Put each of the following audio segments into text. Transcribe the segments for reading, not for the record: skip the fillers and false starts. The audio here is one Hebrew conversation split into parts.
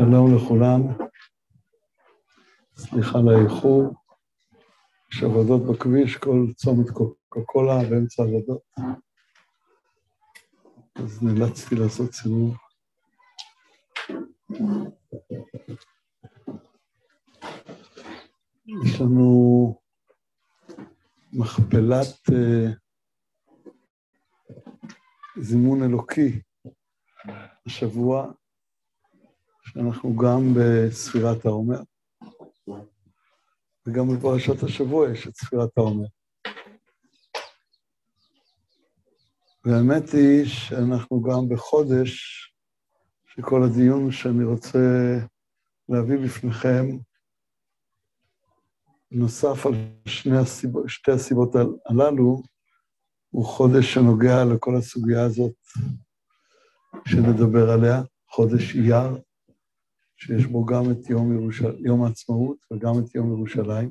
שלום לכולם, סליחה על האיחור, יש עבודות בכביש, כל צומת קוקה קולה באמצע עבודות, אז נאלצתי לעשות סיבוב. יש לנו מכפלת זימון אלוקי השבוע, שאנחנו גם בספירת העומר, וגם בפרשת השבוע יש את ספירת העומר. והאמת היא שאנחנו גם בחודש, שכל הדיון שאני רוצה להביא בפניכם, נוסף על שתי הסיבות הללו, הוא חודש שנוגע לכל הסוגיה הזאת שנדבר עליה, חודש אייר, שיש בו גם את יום העצמאות וגם את יום ירושלים.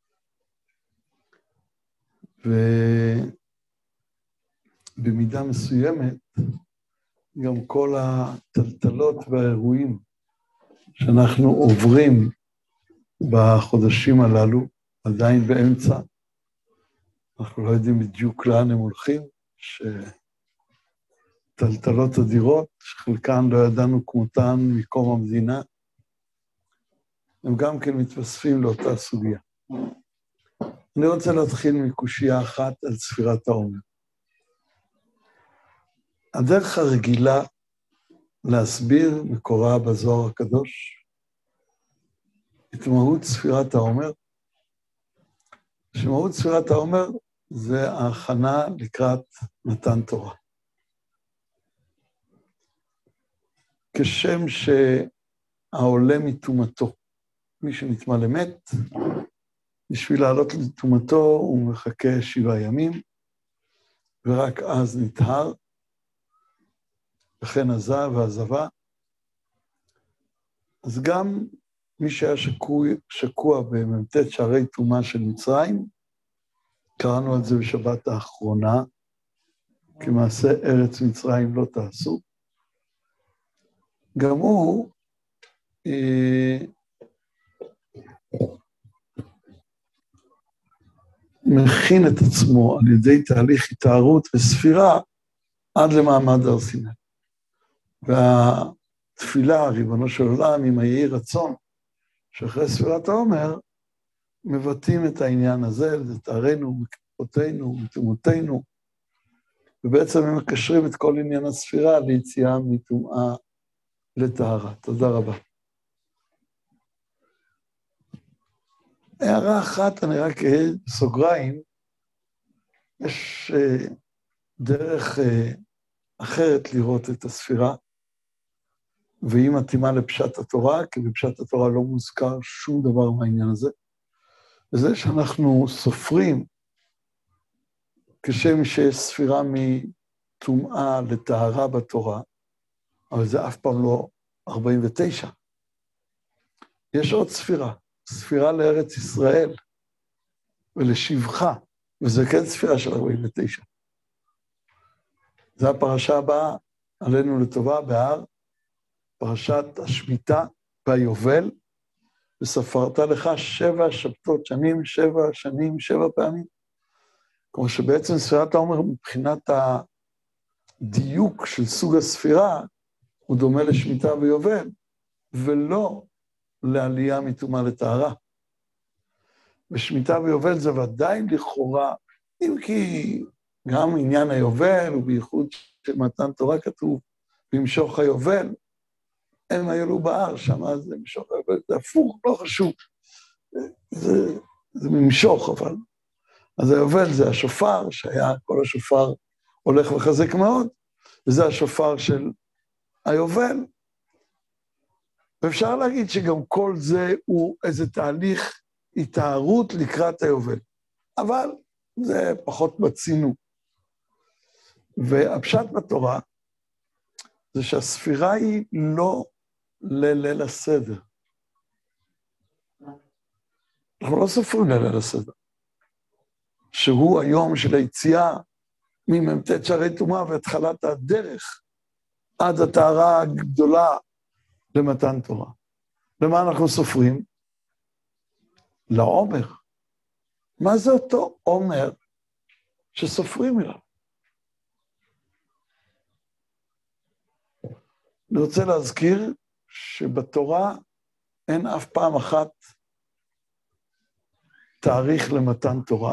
ובמידה מסוימת, גם כל הטלטלות והאירועים שאנחנו עוברים בחודשים הללו, עדיין באמצע, אנחנו לא יודעים בדיוק לאן הם הולכים, שטלטלות אדירות, שחלקן לא ידענו כמותן מקום המדינה, הם גם כן מתווספים לאותה סוגיה. אני רוצה להתחיל מקושייה אחת על ספירת העומר. הדרך הרגילה להסביר מקורה בזוהר הקדוש את מהות ספירת העומר, שמהות ספירת העומר זה ההכנה לקראת מתן תורה. כשם שהעולה מטומאתו, מי שנטמא למת, בשביל לעלות לטומאתו הוא מחכה 7 ימים, ורק אז נטהר, וכן עזה ועזבה. אז גם מי שהיה שקוע במ"ט שערי טומאה של מצרים, קראנו על זה בשבת האחרונה, כמעשה ארץ מצרים לא תעשו. גם הוא מכין את עצמו על ידי תהליך התארות וספירה עד למעמד הר סיני. והתפילה, ריבונו של עולם, עם היהי רצון, שאחרי ספירת העומר, מבטאים את העניין הזה, לתארנו, מקפותינו, מטומאותינו, ובעצם הם מקשרים את כל עניין הספירה ליציאה מטומאה לטהרה. תודה רבה. הערה אחת, אני רק אעיר בסוגריים, יש דרך אחרת לראות את הספירה, והיא מתאימה לפשט התורה, כי בפשט התורה לא מוזכר שום דבר מהעניין הזה, וזה שאנחנו סופרים, כשם שיש ספירה מטומאה לטהרה בתורה, אבל זה אף פעם לא 49. יש עוד ספירה, ספירה לארץ ישראל, ולשבחה, וזה כן ספירה של 49. זו הפרשה הבאה, עלינו לטובה בהר, פרשת השמיטה והיובל, וספרת לך 7 שבתות שנים, 7 שנים, 7 פעמים. כמו שבעצם ספירת העומר מבחינת הדיוק של סוג הספירה, הוא דומה לשמיטה ויובל, ולא לעלייה מטומאה לטהרה. ושמיטה ויובל זה ודאי לכאורה, אם כי גם עניין היובל, ובייחוד של מתן תורה כתוב, במשוך היובל, הם היו בהר, שם זה משוך היובל, זה הפוך, לא חשוב. זה ממשוך, אבל. אז היובל זה השופר, שהיה כל השופר הולך וחזק מאוד, וזה השופר של היובל. ואפשר להגיד שגם כל זה הוא איזה תהליך התארות לקראת היובל. אבל זה פחות מצינו. והפשט בתורה, זה שהספירה היא לא לליל הסדר. אנחנו לא סופרים לליל הסדר. שהוא היום של היציאה ממ"ט שערי טומאה והתחלת הדרך עד הטהרה הגדולה למתן תורה. למה אנחנו סופרים? לעומר. מה זה אותו עומר שסופרים אליו? אני רוצה להזכיר שבתורה אין אף פעם אחת תאריך למתן תורה,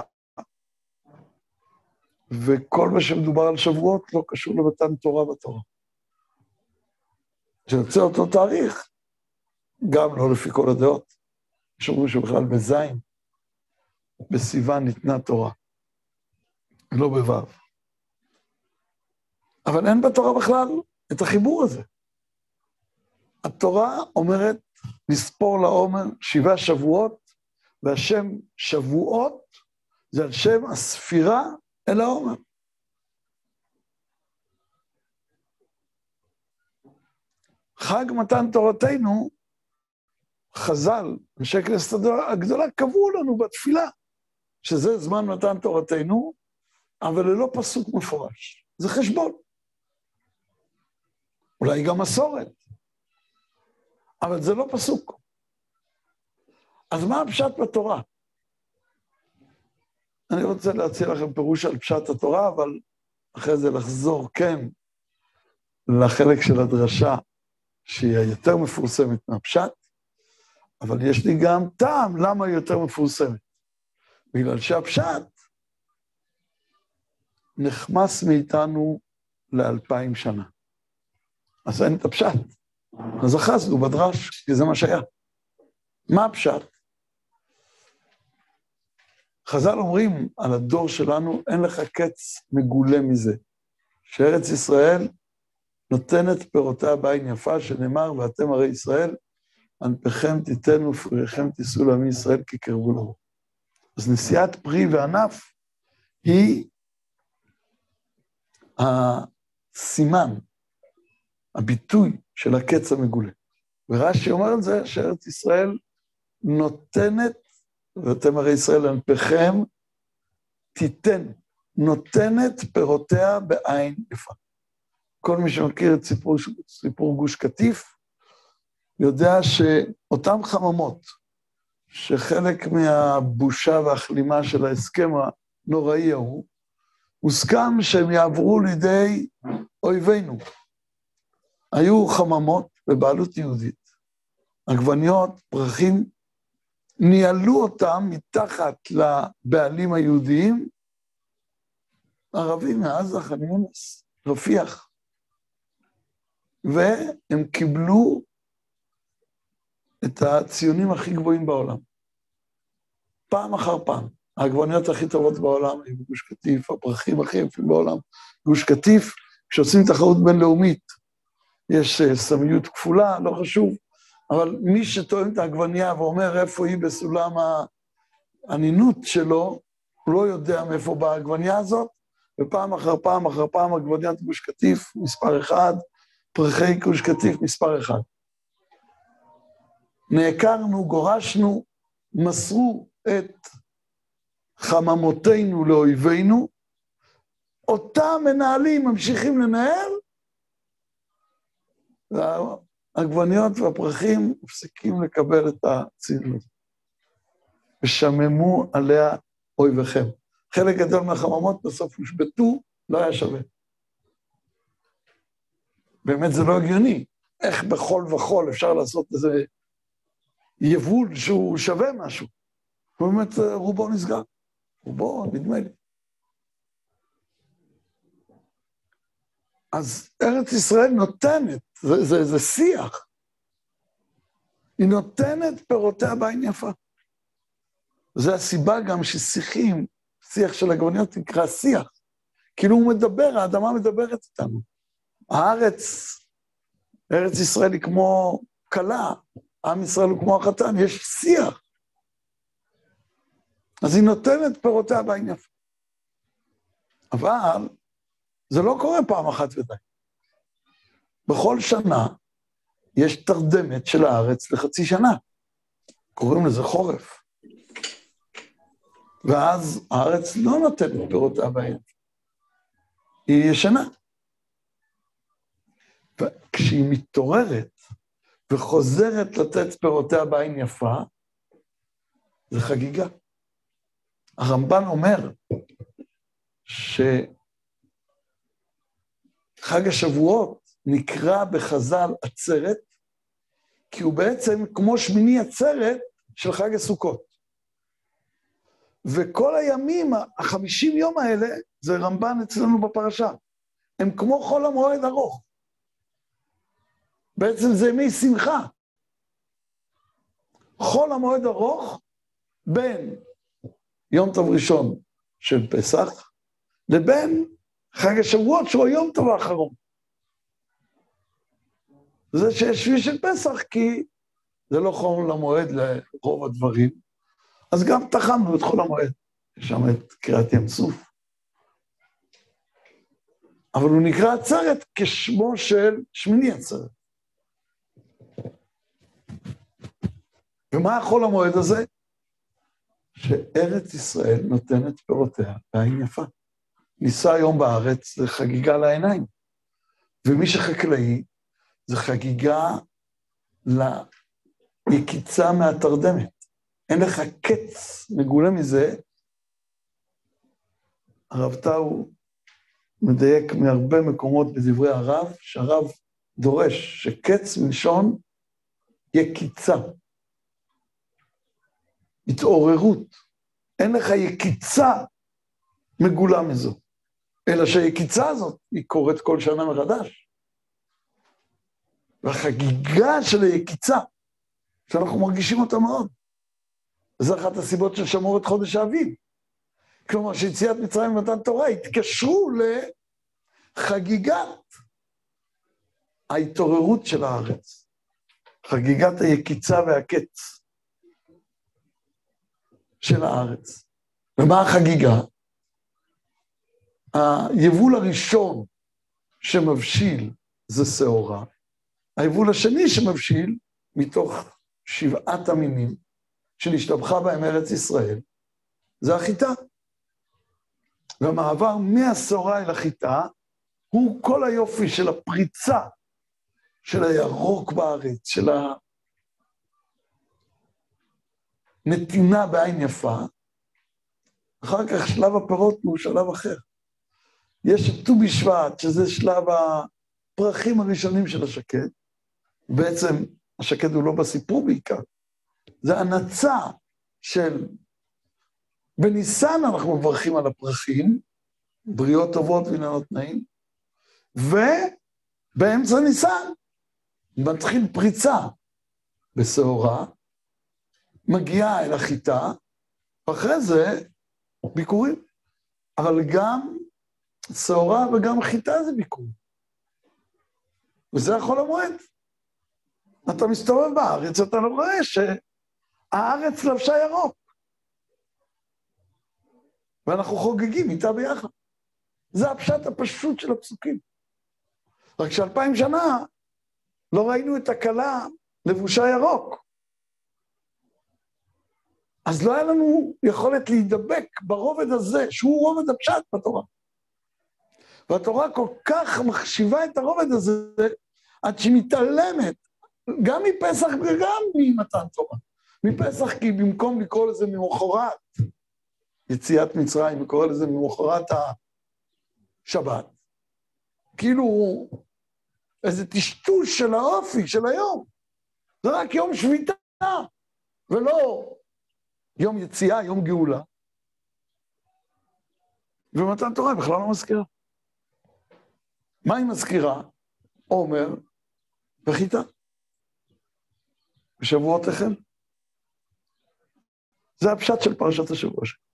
וכל מה שמדובר על שבועות לא קשור למתן תורה בתורה. שיוצא אותו תאריך, גם לא לפי כל הדעות. שאומרים שבכלל בזין, בסיוון ניתנה תורה, לא בוו. אבל אין בתורה בכלל את החיבור הזה. התורה אומרת לספור לעומר 7 שבועות, והשם שבועות זה על שם הספירה אל העומר. חג מתן תורתנו, חז"ל, אנשי כנסת הגדולה, קבעו לנו בתפילה, שזה זמן מתן תורתנו, אבל ללא פסוק מפורש. זה חשבון. אולי גם מסורת, אבל זה לא פסוק. אז מה הפשט בתורה? אני רוצה להציע לכם פירוש על פשט התורה, אבל אחרי זה לחזור כן לחלק של הדרשה, שהיא היותר מפורסמת מהפשט, אבל יש לי גם טעם למה היא יותר מפורסמת. בגלל שהפשט נחמס מאיתנו ל2000 שנה. אז אין את הפשט. אז אחזנו בדרש, כי זה מה שהיה. מה הפשט? חז"ל אומרים על הדור שלנו, אין לך קץ מגולה מזה, שארץ ישראל נותנת פירותיה בעין יפה, שנאמר, ואתם הרי ישראל, ענפיכם תיתנו ופריכם תישאו לעמי ישראל כי קרבו לו. אז נשיאת פרי וענף היא הסימן, הביטוי של הקץ המגולה. ורש"י אומר על זה שארץ ישראל נותנת, ואתם הרי ישראל ענפיכם תיתן, נותנת פירותיה בעין יפה. כל מי שמכיר את סיפור גוש קטיף, יודע שאותם חממות, שחלק מהבושה והכלימה של ההסכם הנוראי ההוא, הוסכם שהם יעברו לידי אויבינו. היו חממות בבעלות יהודית, עגבניות, פרחים, ניהלו אותם מתחת לבעלים היהודיים, ערבים מעזה, ח'אן יונס, רפיח, והם קיבלו את הציונים הכי גבוהים בעולם. פעם אחר פעם. העגבניות הכי טובות בעולם היו בגוש קטיף, הפרחים הכי יפים בעולם. גוש קטיף, כשעושים תחרות בינלאומית, יש סמיות כפולה, לא חשוב, אבל מי שטועם את העגבניה ואומר איפה היא בסולם הענינות שלו, הוא לא יודע מאיפה באה העגבניה הזאת, ופעם אחר פעם אחר פעם עגבניית גוש קטיף מספר 1, פרחי גוש קטיף מספר 1. נעקרנו, גורשנו, מסרו את חממותינו לאויבינו, אותם מנהלים ממשיכים לנהל, והעגבניות והפרחים מפסיקים לקבל את הציון הזה. ושממו עליה אויביכם. חלק גדול מהחממות בסוף הושבתו, לא היה שווה. באמת זה לא הגיוני. איך בכל וחול אפשר לעשות איזה יבול שהוא שווה משהו? באמת רובו נסגר. רובו, נדמה לי. אז ארץ ישראל נותנת, זה שיח. היא נותנת פירותיה בעין יפה. זה הסיבה גם ששיחים, שיח של עגבניות נקרא שיח. כאילו הוא מדבר, האדמה מדברת איתנו. הארץ, ארץ ישראל היא כמו כלה, עם ישראל הוא כמו החתן, יש שיח. אז היא נותנת פירותיה בעין יפה. אבל זה לא קורה פעם אחת ודי. בכל שנה יש תרדמת של הארץ לחצי שנה. קוראים לזה חורף. ואז הארץ לא נותנת פירותיה בעין יפה. היא ישנה. וכשהיא מתעוררת וחוזרת לתת פירותיה בעין יפה, זה חגיגה. הרמב"ן אומר שחג השבועות נקרא בחז"ל עצרת, כי הוא בעצם כמו שמיני עצרת של חג הסוכות. וכל הימים, 50 יום האלה, זה רמב"ן אצלנו בפרשה. הם כמו חול המועד ארוך. בעצם זה ימי שמחה. חול המועד ארוך בין יום טוב ראשון של פסח, לבין חג השבועות שהוא היום טוב האחרון. זה שיש שביעי של פסח, כי זה לא חול המועד לרוב הדברים, אז גם תחמנו את חול המועד. יש שם את קריאת ים סוף. אבל הוא נקרא עצרת כשמו של שמיני עצרת. ומה החול המועד הזה? שארץ ישראל נותנת פירותיה בעין יפה. ניסה היום בארץ זה חגיגה לעיניים. ומי שחקלאי זה חגיגה ליקיצה מהתרדמת. אין לך קץ מגולה מזה. הרב טאו מדייק מהרבה מקומות בדברי הרב, שהרב דורש שקץ מלשון יקיצה. התעוררות. אין לך יקיצה מגולה מזו. אלא שהיקיצה הזאת היא קורית כל שנה מחדש. והחגיגה של היקיצה, שאנחנו מרגישים אותה מאוד. וזו אחת הסיבות של שמורת חודש האביב. כלומר, שיציאת מצרים ומתן תורה התקשרו לחגיגת ההתעוררות של הארץ. חגיגת היקיצה והקץ של הארץ. ומה החגיגה? היבול הראשון שמבשיל זה שעורה. היבול השני שמבשיל מתוך 7 המינים שנשתבחה בהם ארץ ישראל, זה החיטה. והמעבר מהשעורה אל החיטה הוא כל היופי של הפריצה, של הירוק בארץ, של הנתינה בעין יפה. אחר כך שלב הפירות הוא שלב אחר. יש את ט"ו בשבט, שזה שלב הפרחים הראשונים של השקד. בעצם השקד הוא לא בסיפור בעיקר. זה הנצה של... בניסן אנחנו מברכים על הפרחים, בריאות טובות ועניינות נעים, ובאמצע ניסן מתחיל פריצה בשעורה, מגיעה אל החיטה, ואחרי זה ביקורים. אבל גם שעורה וגם חיטה זה ביקור. וזה החול המועד. אתה מסתובב בארץ, אתה לא רואה שהארץ לבשה ירוק. ואנחנו חוגגים איתה ביחד. זה הפשט הפשוט של הפסוקים. רק ש2000 שנה לא ראינו את הכלה לבושה ירוק. אז לא היה לנו יכולת להידבק ברובד הזה, שהוא רובד הפשט בתורה. והתורה כל כך מחשיבה את הרובד הזה, עד שהיא מתעלמת, גם מפסח וגם ממתן תורה. מפסח כי במקום לקרוא לזה ממחרת, יציאת מצרים, וקורא לזה ממחרת השבת. כאילו איזה טשטוש של האופי, של היום. זה רק יום שביתה, ולא יום יציאה, יום גאולה. ומתן תורה בכלל לא מזכירה. מה היא מזכירה? עומר וחיטה. בשבועות החל. זה הפשט של פרשת השבוע שלנו.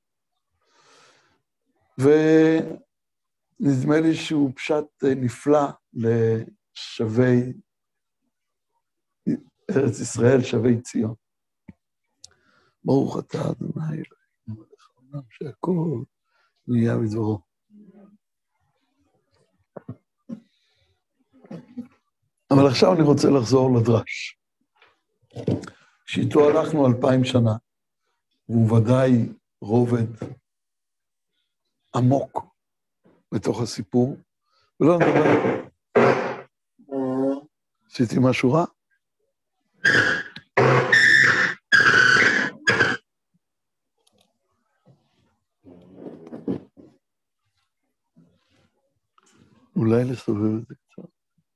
ונדמה לי שהוא פשט נפלא לשבי ארץ ישראל, שבי ציון. ברוך אתה, אדוני אלוהינו מלך העולם, שהכל נהיה בדברו. אבל עכשיו אני רוצה לחזור לדרש. שאיתו הלכנו 2000 שנה, והוא ודאי רובד עמוק בתוך הסיפור, ולא נדבר. עשיתי משהו רע? אולי לסובב את זה קצת.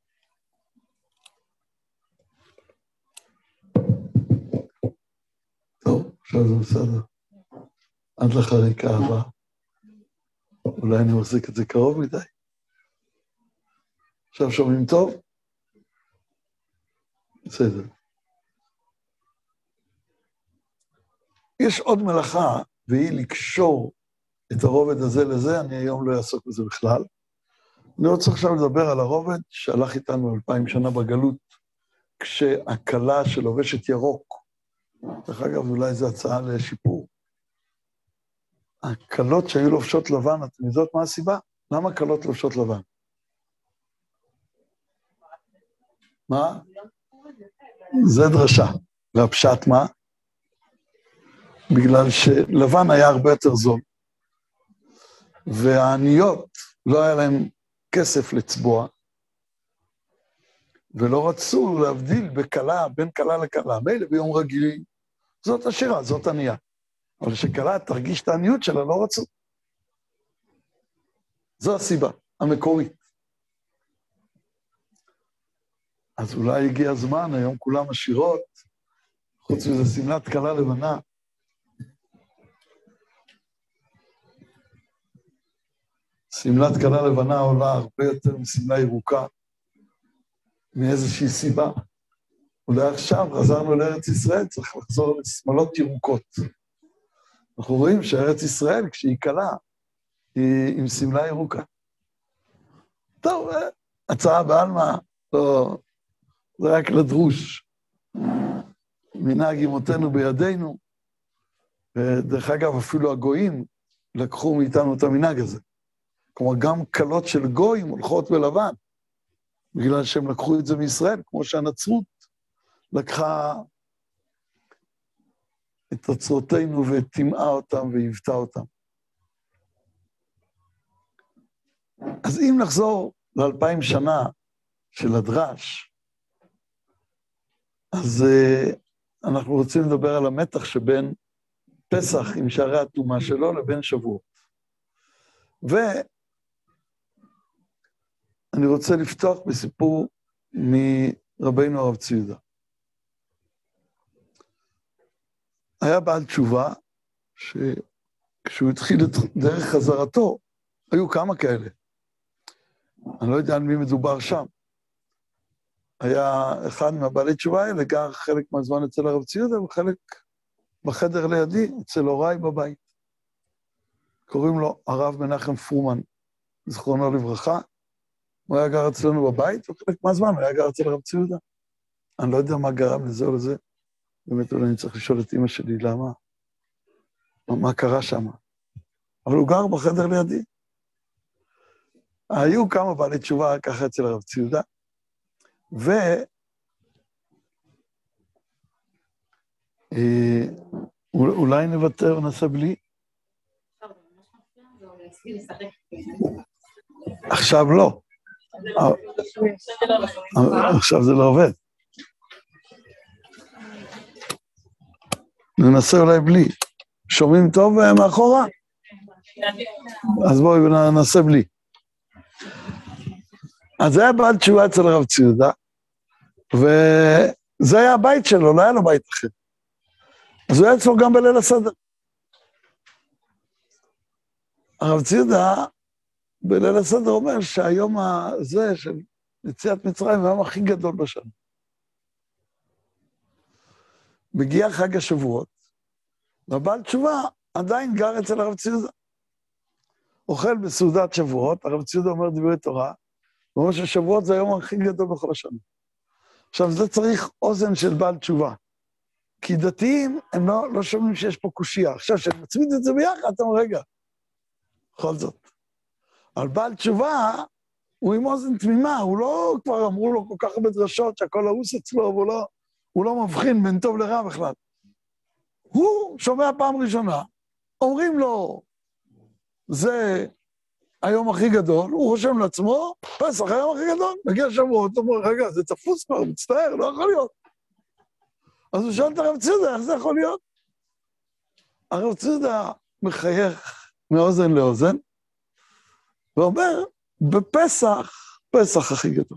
טוב, עכשיו זה בסדר. עד לחריקה הבאה. אולי אני מחזיק את זה קרוב מדי. עכשיו שומעים טוב? בסדר. יש עוד מלאכה, והיא לקשור את הרובד הזה לזה, אני היום לא אעסוק בזה בכלל. אני רוצה עכשיו לדבר על הרובד שהלך איתנו 2000 שנה בגלות, כשהקלה שלובשת ירוק, דרך אגב, אולי זו הצעה לשיפור. הקלות שהיו לובשות לבן, אתם יודעות מה הסיבה? למה הקלות לובשות לבן? מה? זה דרשה. והפשט מה? בגלל שלבן היה הרבה יותר זול. והעניות לא היה להם כסף לצבוע, ולא רצו להבדיל בקלה, בין קלה לקלה. מילא ביום רגיל, זאת עשירה, זאת ענייה. אבל שקלה תרגיש את העניות שלה, לא רצו. זו הסיבה, המקורית. אז אולי הגיע הזמן, היום כולם עשירות, חוץ מזה סמלת קלה לבנה. סמלת קלה לבנה עולה הרבה יותר מסמלה ירוקה, מאיזושהי סיבה. אולי עכשיו חזרנו לארץ ישראל, צריך לחזור לשמלות ירוקות. אנחנו רואים שארץ ישראל, כשהיא קלה, היא עם סמלה ירוקה. טוב, הצעה בעלמא, לא, זה רק לדרוש. מנהג אמותינו בידינו, ודרך אגב, אפילו הגויים לקחו מאיתנו את המנהג הזה. כלומר, גם קלות של גויים הולכות בלבן, בגלל שהם לקחו את זה מישראל, כמו שהנצרות לקחה את אוצרותינו וטימאה אותם והיוותה אותם. אז אם נחזור ל2000 שנה של הדרש, אז אנחנו רוצים לדבר על המתח שבין פסח עם שערי הטומאה שלו לבין שבועות. ואני רוצה לפתוח בסיפור מרבינו הרב צבי יהודה. היה בעל תשובה, שכשהוא התחיל את דרך חזרתו, היו כמה כאלה. אני לא יודע על מי מדובר שם. היה אחד מהבעלי תשובה האלה, גר חלק מהזמן אצל הרב צבי יהודה, וחלק בחדר לידי, אצל הוריי בבית. קוראים לו הרב מנחם פרומן, זכרונו לברכה. הוא היה גר אצלנו בבית, וחלק מהזמן הוא היה גר אצל הרב צבי יהודה. אני לא יודע מה גרם לזה או לזה. באמת אולי אני צריך לשאול את אמא שלי למה, מה קרה שם. אבל הוא גר בחדר לידי. היו כמה בעלי תשובה ככה אצל הרב צבי יהודה, ואולי נוותר ונעשה בלי. עכשיו לא. עכשיו זה לא עובד. ננסה אולי בלי. שומעים טוב מאחורה? אז בואו ננסה בלי. אז זה היה בעל תשובה אצל הרב צבי יהודה, וזה היה הבית שלו, לא היה לו בית אחר. אז הוא היה אצלו גם בליל הסדר. הרב צבי יהודה בליל הסדר אומר שהיום הזה של יציאת מצרים הוא היום הכי גדול בשנה. מגיע חג השבועות, והבעל תשובה עדיין גר אצל הרב צבי יהודה. אוכל בסעודת שבועות, הרב צבי יהודה אומר דברי תורה, הוא אומר ששבועות זה היום הכי גדול בכל השנה. עכשיו, זה צריך אוזן של בעל תשובה. כי דתיים הם לא שומעים שיש פה קושייה. עכשיו, כשאני מצמיד את זה ביחד, אתה אומר, רגע, בכל זאת. אבל בעל תשובה, הוא עם אוזן תמימה, הוא לא, כבר אמרו לו כל כך הרבה דרשות, שהכל לעוס אצלו, והוא לא מבחין בין טוב לרע בכלל. הוא שומע פעם ראשונה, אומרים לו, זה היום הכי גדול, הוא חושב לעצמו, פסח היום הכי גדול, מגיע שבועות, הוא אומר, רגע, זה תפוס כבר, מצטער, לא יכול להיות. אז הוא שואל את הרב צבי יהודה, איך זה יכול להיות? הרב צבי יהודה מחייך מאוזן לאוזן, ואומר, בפסח, פסח הכי גדול.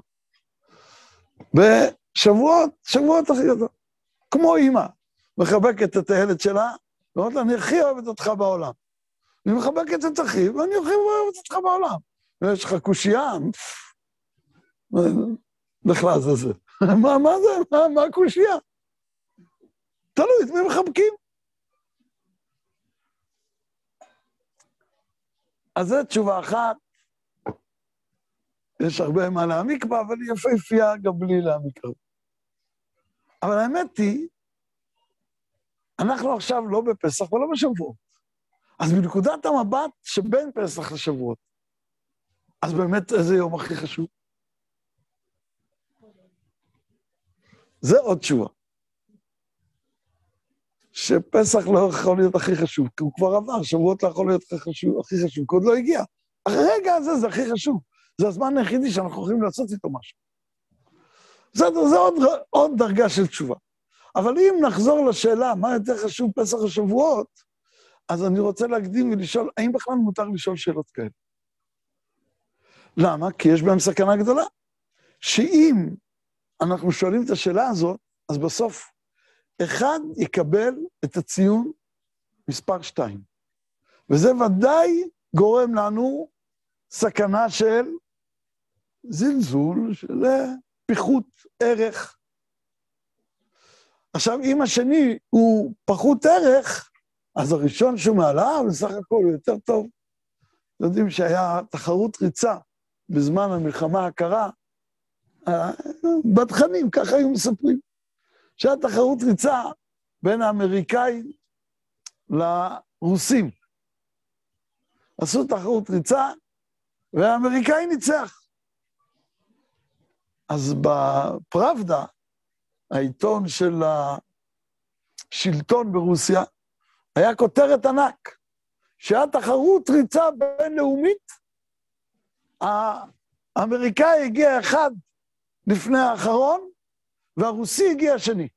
בשבועות הכי גדול. כמו אמא, מחבקת את הילד שלה, ואומרת לה, אני הכי אוהבת אותך בעולם. אני מחבקת את אחי, ואני הכי אוהבת אותך בעולם. ויש לך קושייה, לכלל זה. מה זה? מה הקושייה? תלוי, את מי מחבקים? אז זו תשובה אחת. יש הרבה מה להעמיק בה, אבל היא יפהפייה גם בלי להעמיק הרבה. אבל האמת היא, אנחנו עכשיו לא בפסח ולא בשבועות. אז מנקודת המבט שבין פסח לשבועות, אז באמת איזה יום הכי חשוב? זה עוד תשובה. שפסח לא יכול להיות הכי חשוב, כי הוא כבר עבר, שבועות לא יכול להיות הכי חשוב, כי הוא עוד לא הגיע. הרגע הזה זה הכי חשוב. זה הזמן היחידי שאנחנו יכולים לעשות איתו משהו. זה עוד דרגה של תשובה. אבל אם נחזור לשאלה, מה יותר חשוב פסח או שבועות, אז אני רוצה להקדים ולשאול, האם בכלל מותר לשאול שאלות כאלה? למה? כי יש בהם סכנה גדולה. שאם אנחנו שואלים את השאלה הזאת, אז בסוף אחד יקבל את הציון מספר 2. וזה ודאי גורם לנו סכנה של זלזול, של פיחות ערך. עכשיו, אם השני הוא פחות ערך, אז הראשון שהוא מעליו, בסך הכל הוא יותר טוב. יודעים שהיה תחרות ריצה בזמן המלחמה הקרה, בתכנים, ככה היו מספרים, שהיה תחרות ריצה בין האמריקאים לרוסים. עשו תחרות ריצה, והאמריקאי ניצח. אז בפראבדה, העיתון של השלטון ברוסיה, היה כותרת ענק, שהיה תחרות ריצה בינלאומית, האמריקאי הגיע אחד לפני האחרון, והרוסי הגיע השני.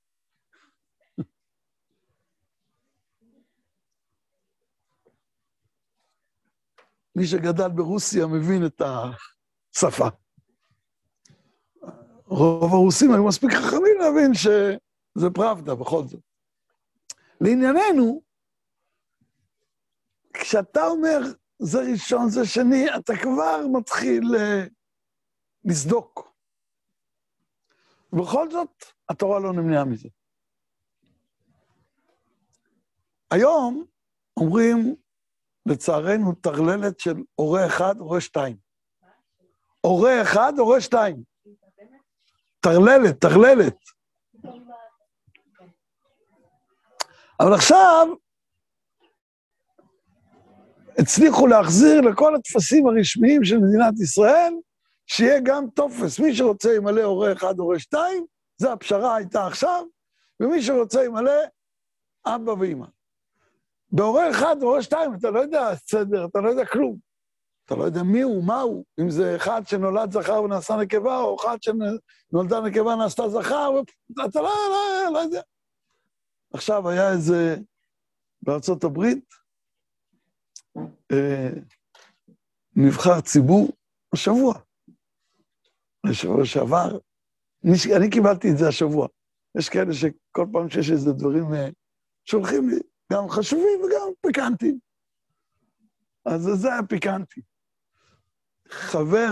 מי שגדל ברוסיה מבין את השפה. רוב הרוסים היו מספיק חכמים להבין שזה פראבדה בכל זאת. לענייננו, כשאתה אומר זה ראשון, זה שני, אתה כבר מתחיל לסדוק. ובכל זאת, התורה לא נמנעה מזה. היום אומרים, לצערנו, תרללת של הורה אחד, הורה שתיים. הורה אחד, הורה שתיים. תרללת. אבל עכשיו, הצליחו להחזיר לכל התפסים הרשמיים של מדינת ישראל, שיהיה גם טופס. מי שרוצה ימלא הורה אחד, הורה שתיים, זה הפשרה הייתה עכשיו, ומי שרוצה ימלא אבא ואמא. בהורה אחד, הורה שתיים, אתה לא יודע סדר, אתה לא יודע כלום. אתה לא יודע מי הוא, מה הוא, אם זה אחד שנולד זכר ונעשה נקבה, או אחד שנולדה נקבה ונעשתה זכר, אתה לא יודע. עכשיו היה איזה, בארצות הברית, נבחר ציבור, השבוע שעבר, אני קיבלתי את זה השבוע. יש כאלה שכל פעם שיש איזה דברים שולחים לי, גם חשובים וגם פיקנטיים. אז זה היה פיקנטי. חבר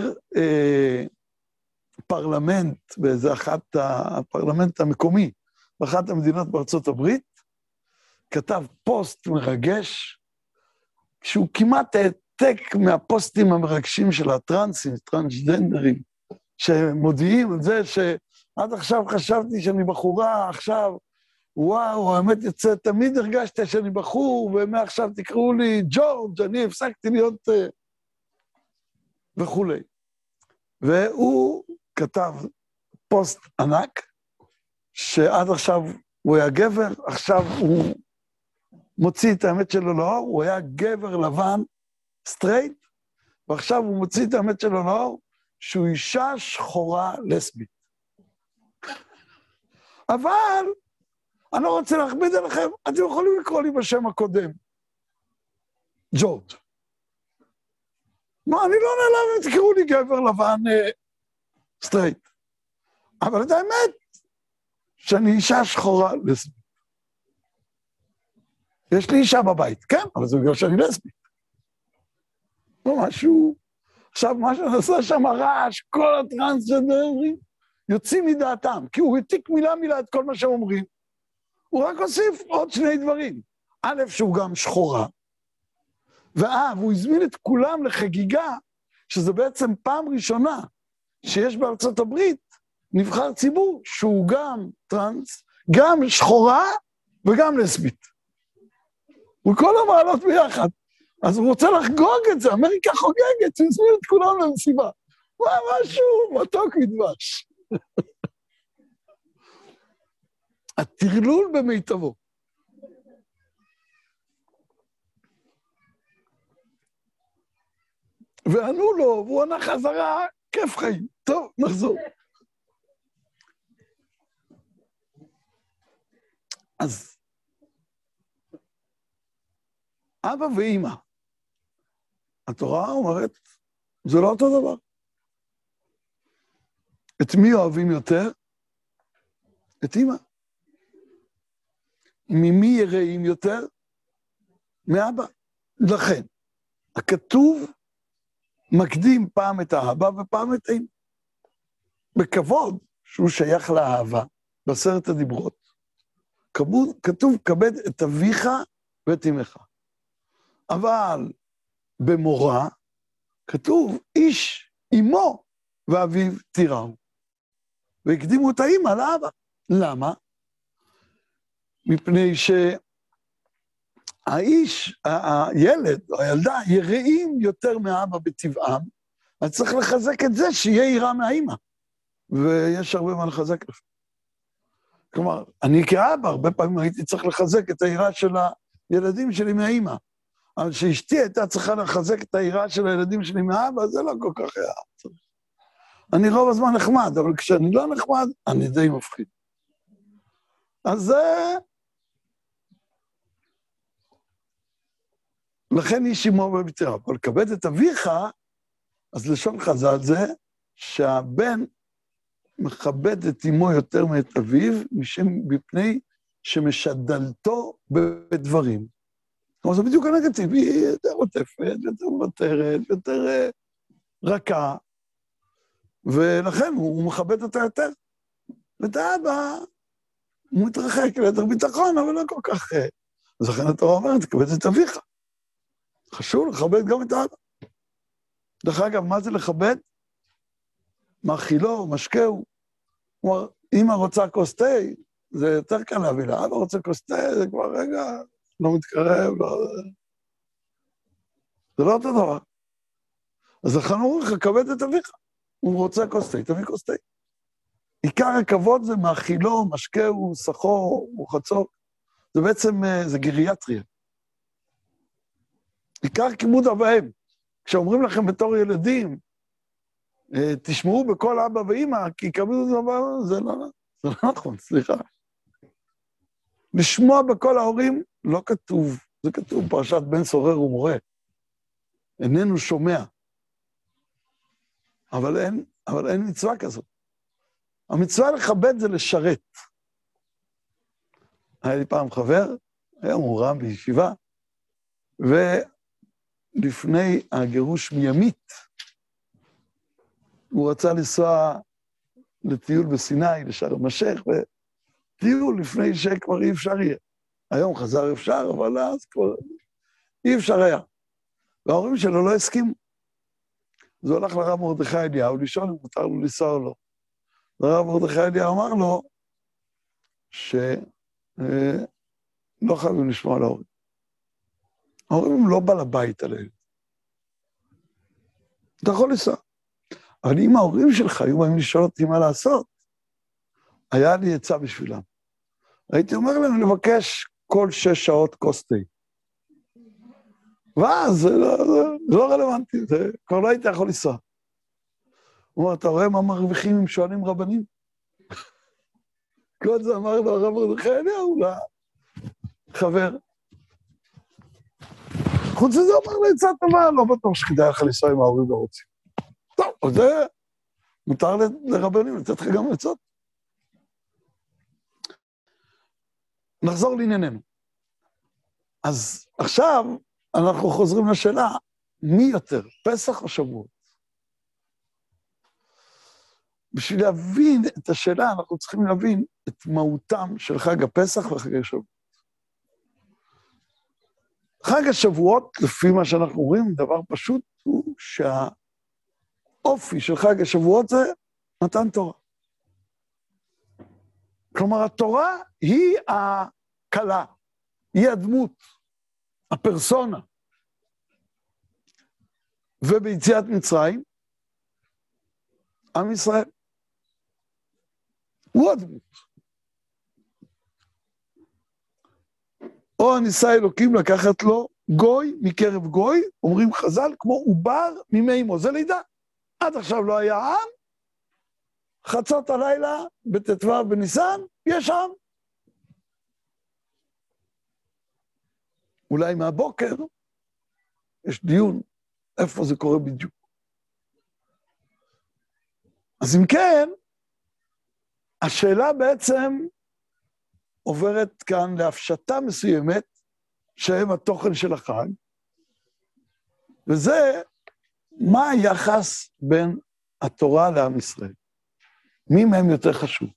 פרלמנט, באיזה הפרלמנט המקומי, באחת המדינות בארצות הברית, כתב פוסט מרגש, שהוא כמעט העתק מהפוסטים המרגשים של הטרנסים, טרנסג'נדרים, שמודיעים על זה שעד עכשיו חשבתי שאני בחורה, עכשיו, וואו, האמת יוצא, תמיד הרגשתי שאני בחור, ומעכשיו תקראו לי ג'ורג', אני הפסקתי להיות וכולי. והוא כתב פוסט ענק, שעד עכשיו הוא היה גבר, עכשיו הוא מוציא את האמת שלו לאור, הוא היה גבר לבן, סטרייט, ועכשיו הוא מוציא את האמת שלו לאור, שהוא אישה שחורה לסבית. אבל אני לא רוצה להכביד עליכם, אתם יכולים לקרוא לי בשם הקודם, ג'ורג'. לא, אני לא נעלב אם תקראו לי גבר לבן סטרייט. אבל את האמת, שאני אישה שחורה לסבית. יש לי אישה בבית, כן, אבל זה בגלל שאני לסבית. לא משהו... עכשיו, מה שנעשה שם הרעש, כל הטרנסג'נדרים, יוצאים מדעתם, כי הוא העתיק מילה את כל מה שהם אומרים. הוא רק הוסיף עוד שני דברים. א', שהוא גם שחורה, והוא הזמין את כולם לחגיגה, שזה בעצם פעם ראשונה שיש בארצות הברית נבחר ציבור שהוא גם טרנס, גם שחורה וגם לסבית. וכל המעלות ביחד. אז הוא רוצה לחגוג את זה, אמריקה חוגגת, הוא הזמין את כולם למסיבה. משהו מתוק מדבש. הטרלול במיטבו. וענו לו, והוא ענה חזרה, כיף חיים. טוב, נחזור. אז אבא ואמא, התורה אומרת, זה לא אותו דבר. את מי אוהבים יותר? את אמא. ממי יראים יותר? מאבא. לכן, הכתוב מקדים פעם את האבא ופעם את אמא. בכבוד שהוא שייך לאהבה, בעשרת הדיברות. כתוב, כבד את אביך ואת אמך. אבל במורה, כתוב, איש אמו ואביו תיראו. והקדימו את האמא לאבא. למה? מפני שהאיש, הילד או הילדה, יראים יותר מאבא בטבעם, אז צריך לחזק את זה שיהיה יראה מהאמא. ויש הרבה מה לחזק לך. כלומר, אני כאבא, הרבה פעמים הייתי צריך לחזק את היראה של הילדים שלי מהאמא. אבל שאשתי הייתה צריכה לחזק את היראה של הילדים שלי מהאבא, זה לא כל כך היה. אני רוב הזמן נחמד, אבל כשאני לא נחמד, אני די מפחיד. אז זה... לכן איש אמו בביתר, אבל כבד את אביך, אז לשון חז"ל זה שהבן מכבד את אמו יותר מאת אביו, מפני שמשדלתו בדברים. כלומר, זה בדיוק הנגטיבי, יותר עוטפת, יותר מוותרת, יותר רכה, ולכן הוא מכבד אותה יותר. ואת האבא, הוא מתרחק ליותר ביטחון, אבל לא כל כך... אז לכן התורה אומרת, תכבד את אביך. חשוב לכבד גם את האבא. דרך אגב, מה זה לכבד? מאכילו, משקהו. כלומר, אמא רוצה כוס תה, זה יותר קל להביא לה. אבא רוצה כוס תה, זה כבר רגע, לא מתקרב, לא... זה לא אותו דבר. אז לכן הוא אומר לך, כבד את אביך. הוא רוצה כוס תה, תביא כוס תה. עיקר הכבוד זה מאכילו, משקהו, שכו, וחצו. זה בעצם, זה גריאטריה. עיקר כיבוד אביהם. כשאומרים לכם בתור ילדים, תשמעו בכל אבא ואמא, כי כיבוד אבא, זה לא נכון, סליחה. לשמוע בכל ההורים לא כתוב, זה כתוב פרשת בן סורר ומורה. איננו שומע. אבל אין מצווה כזאת. המצווה לכבד זה לשרת. היה לי פעם חבר, היום הוא רם בישיבה, ולפני הגירוש מימית, הוא רצה לנסוע לטיול בסיני, לשארם א-שייח, וטיול לפני שכבר אי אפשר יהיה. היום חזר אפשר, אבל אז כבר אי אפשר היה. וההורים שלו לא הסכימו. אז הוא הלך לרב מרדכי אליהו לשאול אם מותר לו לנסוע או לא. הרב מרדכי אליהו אמר לו שלא חייבים לשמוע על ההורים. ההורים הם לא בעל הבית עליהם. אתה יכול לנסוע. אבל אם ההורים שלך היו באים לשאול אותי מה לעשות, היה לי עצה בשבילם. הייתי אומר להם לבקש כל 6 שעות כוס תה. ואז זה לא רלוונטי, זה כבר לא הייתי יכול לנסוע. הוא אומר, אתה רואה מה מרוויחים אם שואלים רבנים? כל זה אמר לו הרב מרדכי אליהו, חבר. חוץ מזה אומר לו עצה טובה, לא בטוח שכדאי לך לנסוע עם ההורים לא רוצים. טוב, אז זה מותר לרבנים לתת לך גם עצות. נחזור לענייננו. אז עכשיו אנחנו חוזרים לשאלה, מי יותר, פסח או שבועות? בשביל להבין את השאלה, אנחנו צריכים להבין את מהותם של חג הפסח וחג השבועות. חג השבועות, לפי מה שאנחנו רואים, דבר פשוט הוא שהאופי של חג השבועות זה מתן תורה. כלומר, התורה היא הכלה, היא הדמות, הפרסונה. וביציאת מצרים, עם ישראל. הוא הדמות. או ניסה אלוקים לקחת לו גוי מקרב גוי, אומרים חז"ל, כמו עובר ממי אמו. זה לידה. עד עכשיו לא היה עם, חצות הלילה, בט"ו בניסן, יש עם. אולי מהבוקר יש דיון איפה זה קורה בדיוק. אז אם כן, השאלה בעצם עוברת כאן להפשטה מסוימת, שהם התוכן של החג, וזה מה היחס בין התורה לעם ישראל. מי מהם יותר חשוב?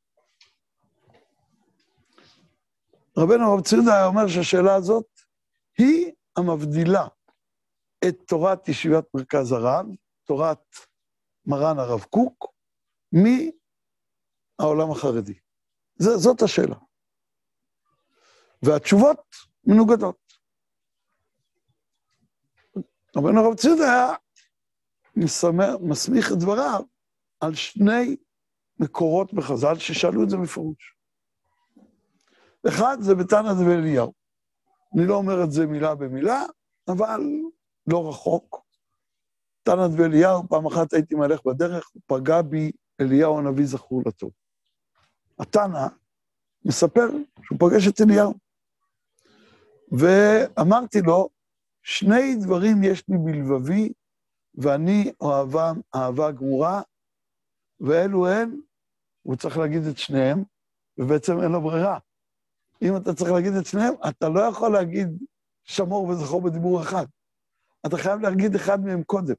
רבנו הרב ציודה אומר שהשאלה הזאת היא המבדילה את תורת ישיבת מרכז הרב, תורת מרן הרב קוק, מהעולם החרדי. זאת השאלה. והתשובות מנוגדות. רבנו הרב ציודה מסמיך את דבריו על שני מקורות בחז"ל ששאלו את זה מפרוש. אחד זה בתנא דאליהו. אני לא אומר את זה מילה במילה, אבל לא רחוק. תנא דאליהו, פעם אחת הייתי מהלך בדרך, פגע בי אליהו הנביא זכור לטוב. התנא מספר שהוא פגש את אליהו. ואמרתי לו, שני דברים יש לי בלבבי, ואני אוהבם אהבה גמורה, ואלו הן, הוא צריך להגיד את שניהם, ובעצם אין לו ברירה. אם אתה צריך להגיד את שניהם, אתה לא יכול להגיד שמור וזכור בדיבור אחד. אתה חייב להגיד אחד מהם קודם.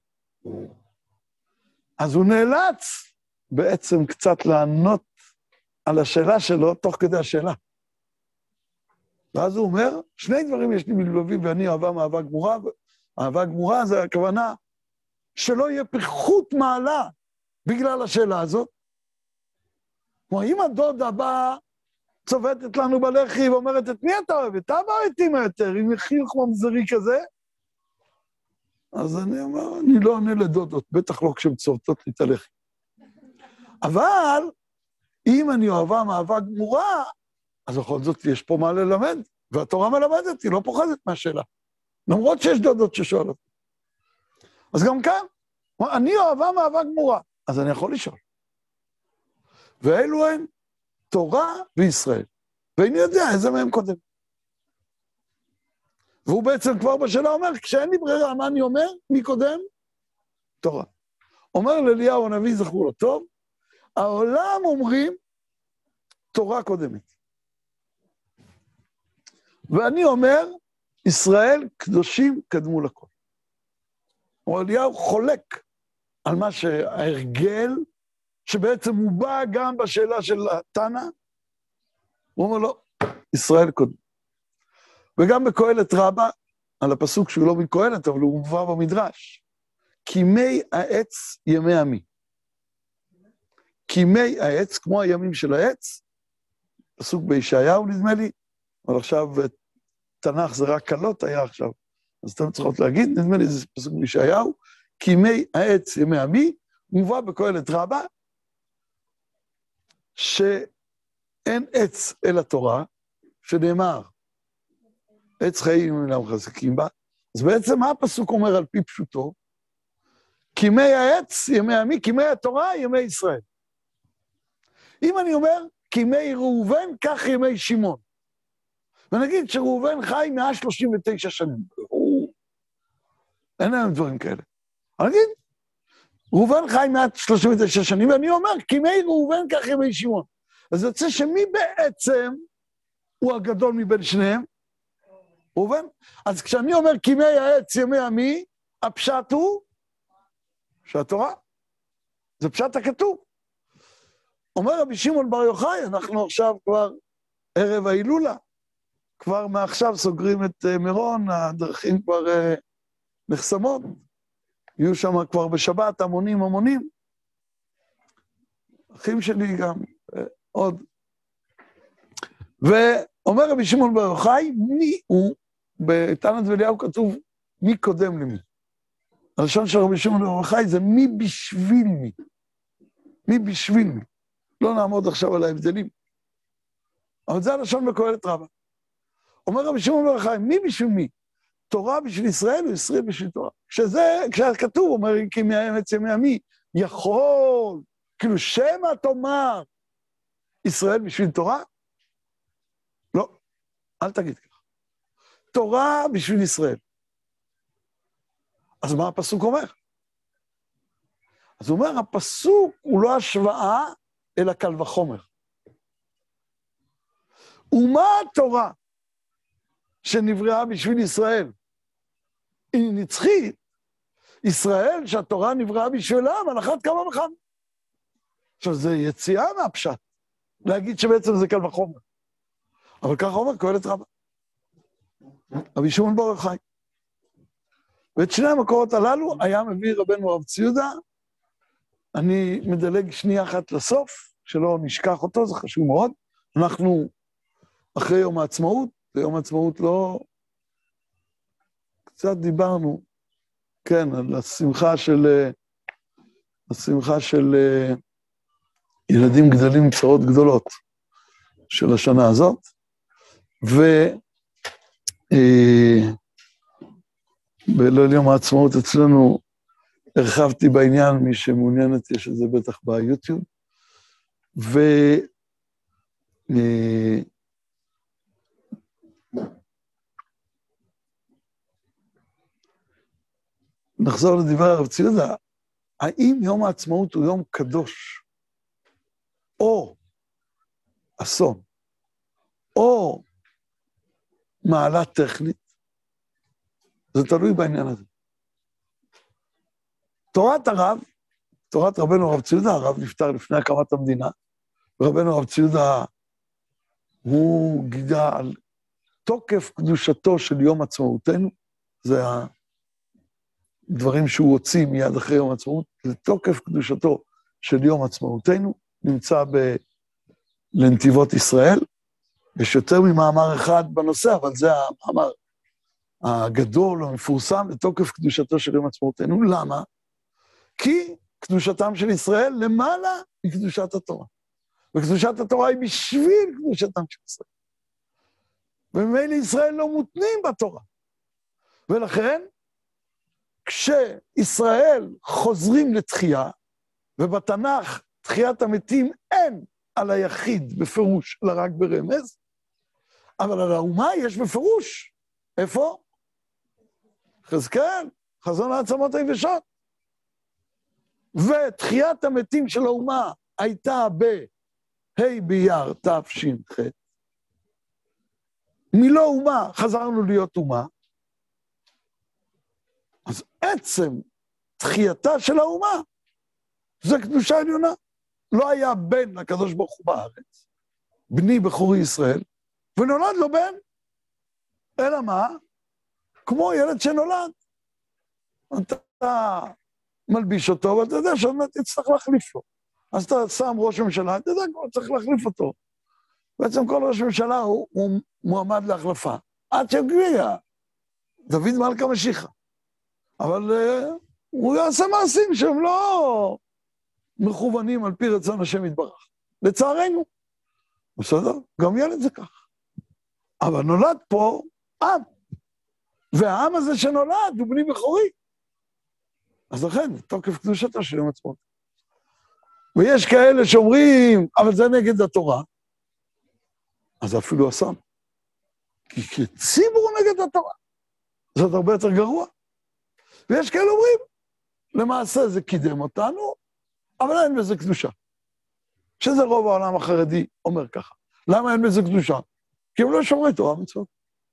אז הוא נאלץ בעצם קצת לענות על השאלה שלו תוך כדי השאלה. ואז הוא אומר, שני דברים יש לי בלבבי ואני אוהבם אהבה גמורה, אהבה גמורה זה הכוונה שלא יהיה פיחות מעלה בגלל השאלה הזאת. כמו אם הדודה באה, צובטת לנו בלחי ואומרת, את מי אתה אוהב? את אבא או את אמא יותר? אם חיוך ממזרי כזה? אז אני אומר, אני לא עונה לדודות, בטח לא כשהן צובטות לי את הלחי. אבל אם אני אוהבם אהבה גמורה, אז בכל זאת יש פה מה ללמד, והתורה מלמדת, היא לא פוחדת מהשאלה. למרות שיש דודות ששואלות. אז גם כאן, אני אוהבם אהבה גמורה, אז אני יכול לשאול. ואלו הן תורה וישראל. ואני יודע איזה מהם קודם. והוא בעצם כבר בשאלה אומר, כשאין לי ברירה, מה אני אומר? מי קודם? תורה. אומר לאליהו הנביא זכור לו טוב, העולם אומרים, תורה קודמת. ואני אומר, ישראל קדושים קדמו לכל. אליהו חולק על מה שההרגל, שבעצם הוא בא גם בשאלה של התנא, הוא אומר לו, ישראל קודם. וגם בקהלת רבה, על הפסוק שהוא לא מקהלת, אבל הוא מובא במדרש, כימי העץ ימי עמי. כימי העץ, כמו הימים של העץ, פסוק בישעיהו נדמה לי, אבל עכשיו תנ"ך זה רק קלות היה עכשיו, אז אתם צריכות להגיד, נדמה לי זה פסוק בישעיהו, כימי העץ ימי עמי, מובא בקהלת רבה, שאין עץ אל התורה, שנאמר, עץ חיים אינם חזקים בה, אז בעצם מה הפסוק אומר על פי פשוטו? כימי העץ ימי עמי, כימי התורה ימי ישראל. אם אני אומר, כימי ראובן, כך ימי שמעון. ונגיד שראובן חי 139 שנים, הוא אין להם דברים כאלה. אני אגיד, ראובן חי 139 שנים, ואני אומר, כימי ראובן כך ימי שמעון. אז יוצא שמי בעצם הוא הגדול מבין שניהם? ראובן? אז כשאני אומר כימי העץ ימי עמי, הפשט הוא שהתורה. זה פשט הכתוב. אומר רבי שמעון בר יוחאי, אנחנו עכשיו כבר ערב ההילולה, כבר מעכשיו סוגרים את מירון, הדרכים כבר נחסמות, יהיו שם כבר בשבת המונים. אחים שלי גם, עוד. ואומר רבי שמעון בר יוחאי, מי הוא, בתנת ואליהו כתוב, מי קודם למי. הלשון של רבי שמעון בר יוחאי זה מי בשביל מי. מי בשביל מי. לא נעמוד עכשיו על ההבדלים. אבל זה הלשון בקהלת רבה. אומר רבי שמעון בר יוחאי, מי בשביל מי? תורה בשביל ישראל או ישראל בשביל תורה? כשכתוב, אומר, כי מהאמץ ימי עמי, יכול, כאילו שמא תאמר, ישראל בשביל תורה? לא, אל תגיד ככה. תורה בשביל ישראל. אז מה הפסוק אומר? אז הוא אומר, הפסוק הוא לא השוואה, אלא קל וחומר. ומה התורה שנבראה בשביל ישראל? היא נצחית. ישראל שהתורה נבראה בשבילם, על אחת כמה וכמה. עכשיו, זה יציאה מהפשט, להגיד שבעצם זה קל וחומר. אבל ככה אומר קהלת רבה. רבי שמעון בר יוחאי. ואת שני המקורות הללו היה מביא רבנו הרב ציודה. אני מדלג שנייה אחת לסוף, שלא נשכח אותו, זה חשוב מאוד. אנחנו אחרי יום העצמאות, ביום העצמאות לא... קצת דיברנו, כן, על השמחה של ילדים גדלים עם צרות גדולות של השנה הזאת, בליל יום העצמאות אצלנו הרחבתי בעניין, מי שמעוניינת יש את זה בטח ביוטיוב, נחזור לדבר הרב ציודה, האם יום העצמאות הוא יום קדוש, או אסון, או מעלה טכנית? זה תלוי בעניין הזה. תורת הרב, תורת רבנו הרב ציודה, הרב נפטר לפני הקמת המדינה, ורבנו הרב ציודה הוא גידה על תוקף קדושתו של יום עצמאותנו, זה הדברים שהוא הוציא מיד אחרי יום העצמאות, זה תוקף קדושתו של יום עצמאותנו, נמצא לנתיבות ישראל, יש יותר ממאמר אחד בנושא, אבל זה המאמר הגדול, המפורסם, לתוקף קדושתו של יום עצמאותנו. למה? כי קדושתם של ישראל למעלה מקדושת התורה. וקדושת התורה היא בשביל קדושתם של ישראל. וממילא ישראל לא מותנים בתורה. ולכן, כשישראל חוזרים לתחייה, ובתנ"ך תחיית המתים אין על היחיד בפירוש, אלא רק ברמז, אבל על האומה יש בפירוש. איפה? חזקאל, חזון העצמות היבשות. ותחיית המתים של האומה הייתה בה' באייר תש"ח. מלא אומה חזרנו להיות אומה, אז עצם תחייתה של האומה זה קדושה עליונה. לא היה בן לקדוש ברוך הוא בארץ, בני בכורי ישראל, ונולד לו בן. אלא מה? כמו ילד שנולד. אתה מלביש אותו, אבל אתה יודע שעוד מעט תצטרך להחליף לו. אז אתה שם ראש ממשלה, אתה יודע, צריך להחליף אותו. בעצם כל ראש ממשלה הוא מועמד להחלפה. עד שיגיע דוד מלכה משיחה. אבל הוא יעשה מעשים שהם לא מכוונים על פי רצון השם יתברך. לצערנו. בסדר? גם ילד זה כך. אבל נולד פה עם. והעם הזה שנולד הוא בני בכורי. אז לכן, תוקף קדושתו של יום העצמאות. ויש כאלה שאומרים, אבל זה נגד התורה. אז זה אפילו אסון. כי כציבור נגד התורה. זאת הרבה יותר גרוע. ויש כאלה אומרים, למעשה זה קידם אותנו, אבל אין בזה קדושה. שזה רוב העולם החרדי אומר ככה. למה אין בזה קדושה? כי הם לא שומרי תורה ומצוות.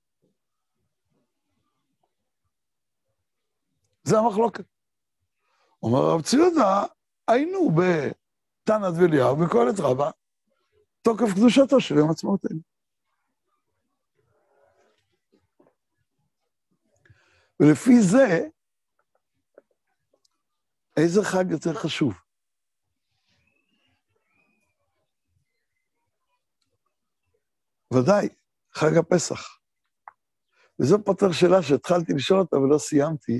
זה המחלוקת. אומר הרב צבי יהודה, היינו בתנת ואליהו, בקהלת רבה, תוקף קדושתו של יום עצמאותנו. ולפי זה, איזה חג יותר חשוב? ודאי, חג הפסח. וזו פותר שאלה שהתחלתי לשאול אותה ולא סיימתי,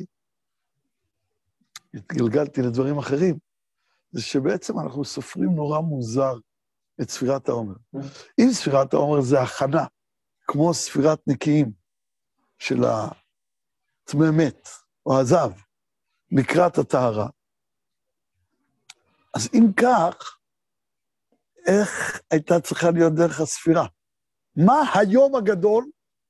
התגלגלתי לדברים אחרים, זה שבעצם אנחנו סופרים נורא מוזר את ספירת העומר. אם ספירת העומר זה הכנה, כמו ספירת נקיים של הטמא מת או הזהב, לקראת הטהרה, אז אם כך, איך הייתה צריכה להיות דרך הספירה? מה היום הגדול?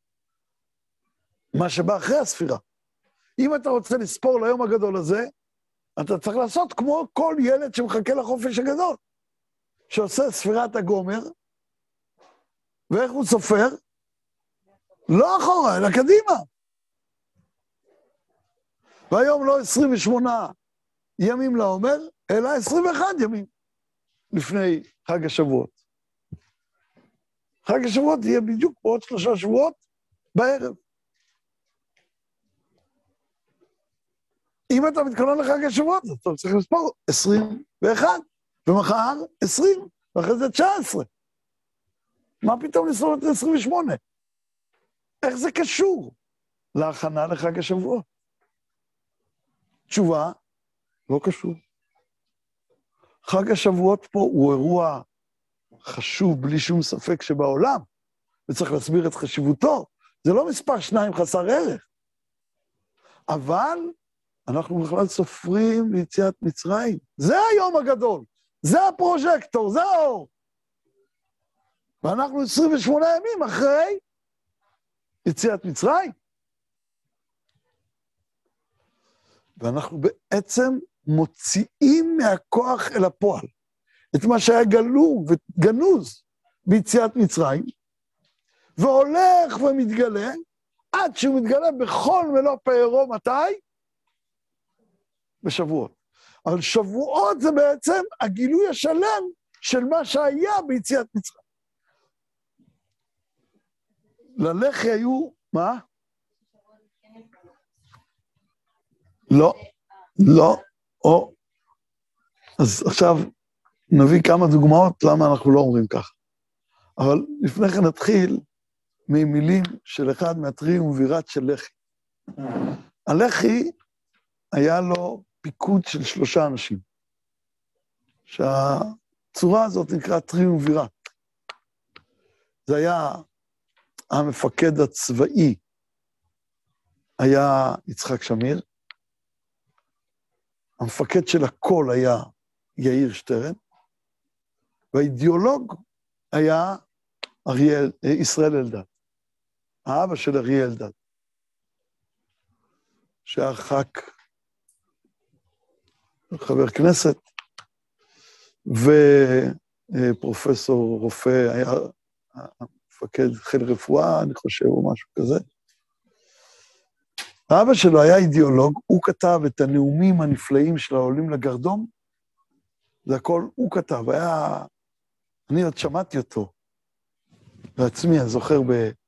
מה שבא אחרי הספירה. אם אתה רוצה לספור ליום הגדול הזה, אתה צריך לעשות כמו כל ילד שמחכה לחופש הגדול, שעושה ספירת הגומר, ואיך הוא סופר? לא אחורה, אלא קדימה. והיום לא 28 ימים לעומר, אלא 21 ימים לפני חג השבועות. חג השבועות יהיה בדיוק בעוד 3 שבועות בערב. אם אתה מתכונן לחג השבועות, אתה צריך לספור 21, ומחר 20, ואחרי זה 19. מה פתאום לספור את 28? איך זה קשור להכנה לחג השבועות? תשובה, לא קשור. חג השבועות פה הוא אירוע חשוב בלי שום ספק שבעולם, וצריך להסביר את חשיבותו. זה לא מספר 2 חסר ערך. אבל אנחנו בכלל סופרים ליציאת מצרים. זה היום הגדול, זה הפרוז'קטור, זה האור. ואנחנו 28 ימים אחרי יציאת מצרים. ואנחנו בעצם מוציאים מהכוח אל הפועל את מה שהיה גלום וגנוז ביציאת מצרים, והולך ומתגלה, עד שהוא מתגלה בכל מלוא פארו. מתי? בשבועות. אבל שבועות זה בעצם הגילוי השלם של מה שהיה ביציאת מצרים. ללחי היו, מה? לא, לא, או. אז עכשיו נביא כמה דוגמאות למה אנחנו לא אומרים ככה. אבל לפני כן נתחיל ממילים של אחד מהטריומווירט של לחי. הלחי היה לו פיקוד של 3 אנשים, שהצורה הזאת נקרא טריומווירט. זה היה המפקד הצבאי, היה יצחק שמיר, המפקד של הכל היה יאיר שטרן, והאידיאולוג היה ישראל אלדד, האבא של אריה אלדד, שהיה חבר כנסת, ופרופסור רופא, היה מפקד חיל רפואה, אני חושב, או משהו כזה. האבא שלו היה אידיאולוג, הוא כתב את הנאומים הנפלאים של העולים לגרדום, זה הכל הוא כתב, אני עוד שמעתי אותו, בעצמי, אני זוכר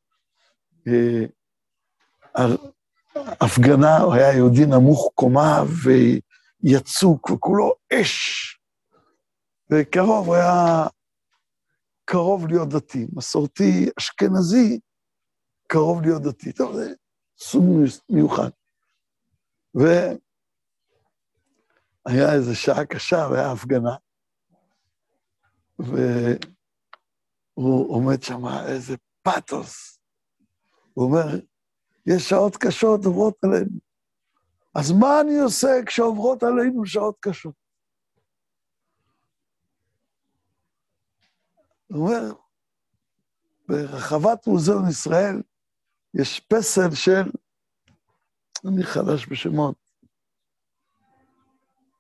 בהפגנה, הוא היה יהודי נמוך קומה ויצוק וכולו אש, וקרוב, הוא היה קרוב להיות דתי, מסורתי אשכנזי, קרוב להיות דתי, טוב, זה סוג מיוחד. והיה איזו שעה קשה, והיה הפגנה, והוא עומד שם, איזה פאטוס. הוא אומר, יש שעות קשות עוברות עלינו. אז מה אני עושה כשעוברות עלינו שעות קשות? הוא אומר, ברחבת מוזיאון ישראל יש פסל של, אני חלש בשמות,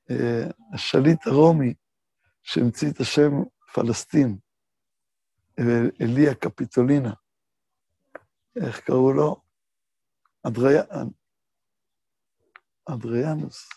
השליט הרומי, שהמציא את השם פלסטין, אליה קפיטולינה, איך קראו לו? אדריאנוס.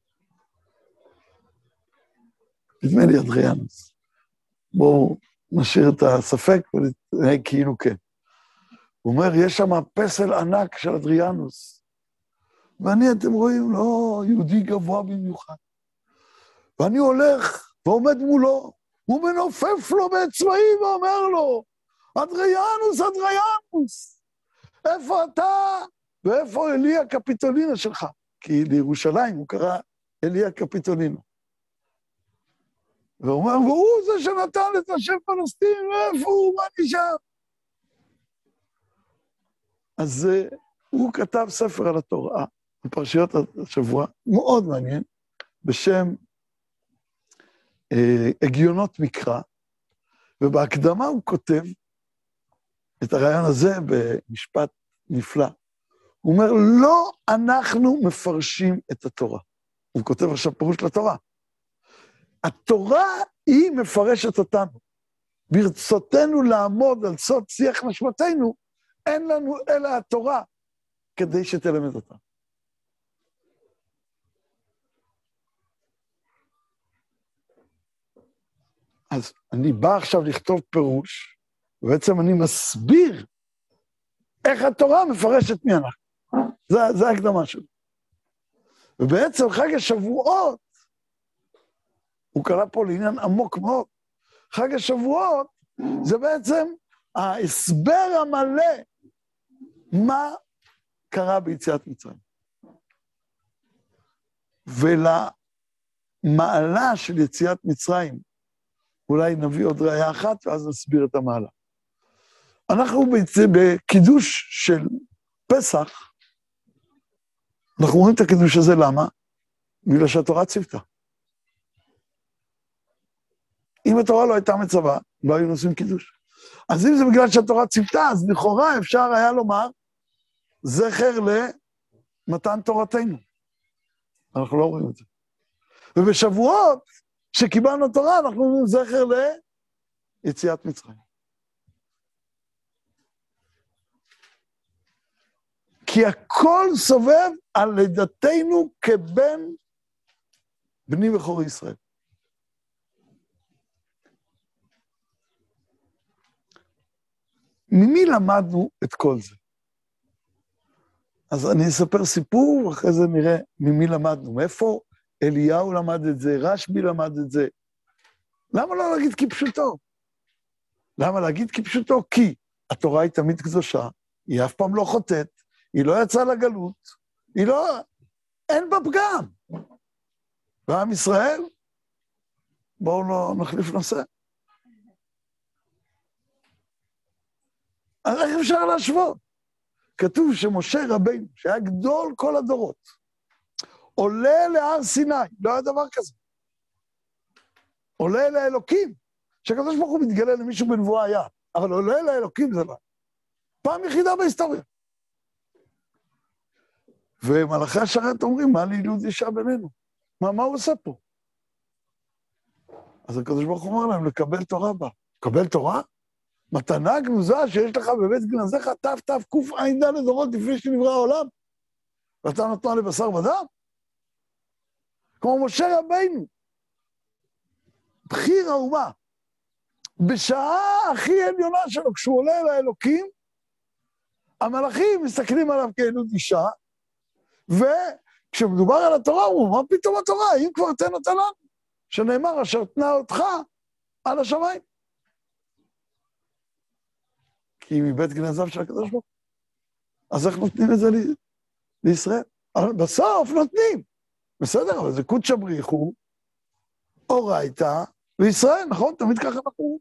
נדמה לי אדריאנוס. בואו נשאיר את הספק ונראה כאילו כן. הוא אומר, יש שם פסל ענק של אדריאנוס, ואני, אתם רואים, לא יהודי גבוה במיוחד. ואני הולך ועומד מולו, הוא מנופף לו באצבעים ואומר לו, אדריאנוס, אדריאנוס, איפה אתה ואיפה אליה קפיטולינה שלך? כי לירושלים הוא קרא אליה קפיטולינה. והוא אומר, והוא זה שנתן את השם פלסטין, איפה הוא, מה נשאר? אז הוא כתב ספר על התורה, בפרשיות השבוע, מאוד מעניין, בשם הגיונות מקרא, ובהקדמה הוא כותב את הרעיון הזה במשפט נפלא. הוא אומר, לא אנחנו מפרשים את התורה. הוא כותב עכשיו פירוש לתורה. התורה היא מפרשת אותנו. ברצותנו לעמוד על סוד שיח נשמתנו, אין לנו אלא התורה כדי שתלמד אותה. אז אני בא עכשיו לכתוב פירוש, ובעצם אני מסביר איך התורה מפרשת מי אנחנו. זה ההקדמה שלי. ובעצם חג השבועות, הוא קרא פה לעניין עמוק מאוד, חג השבועות זה בעצם ההסבר המלא מה קרה ביציאת מצרים. ולמעלה של יציאת מצרים, אולי נביא עוד ראיה אחת, ואז נסביר את המעלה. אנחנו בקידוש של פסח, אנחנו רואים את הקידוש הזה, למה? בגלל שהתורה ציוותה. אם התורה לא הייתה מצווה, לא היו נושאים קידוש. אז אם זה בגלל שהתורה ציוותה, אז לכאורה אפשר היה לומר, זכר למתן תורתנו. אנחנו לא רואים את זה. ובשבועות, שקיבלנו תורה, אנחנו אומרים זכר ליציאת מצרים. כי הכל סובב על לידתנו כבן בני בכור ישראל. ממי למדנו את כל זה? אז אני אספר סיפור, ואחרי זה נראה ממי למדנו. מאיפה אליהו למד את זה, רשב"י למד את זה. למה לא להגיד כפשוטו? למה להגיד כפשוטו? כי התורה היא תמיד קדושה, היא אף פעם לא חוטאת, היא לא יצאה לגלות, היא לא... אין בה פגם. ועם ישראל, בואו לא נחליף נושא. אז איך אפשר להשוות? כתוב שמשה רבינו, שהיה גדול כל הדורות, עולה להר סיני, לא היה דבר כזה. עולה לאלוקים, שהקדוש ברוך הוא מתגלה למישהו בנבואה היה, אבל עולה לאלוקים זה לא. פעם יחידה בהיסטוריה. ומלאכי השרת אומרים, מה לילוד אישה בינינו? מה הוא עושה פה? אז הקדוש ברוך הוא אומר להם, לקבל תורה בה. לקבל תורה? מתנה גנוזה שיש לך בבית גנזך, תקע"ד לדורות לפני שנברא העולם, ואתה נתנה לבשר ודם? כמו משה רבינו, בחיר האומה, בשעה הכי עליונה שלו, כשהוא עולה אל האלוקים, המלאכים מסתכלים עליו כעדות אישה, וכשמדובר על התורה, הוא אומר, מה פתאום התורה? אם כבר תן אותה לנו, שנאמר, אשר תנה אותך על השמיים. כי היא מבית גנזיו של הקדוש ברוך הוא. אז איך נותנים את זה לישראל? אבל בסוף נותנים. בסדר, אבל זה קודשא בריחו, אורייתא וישראל, נכון? תמיד ככה אנחנו רואים.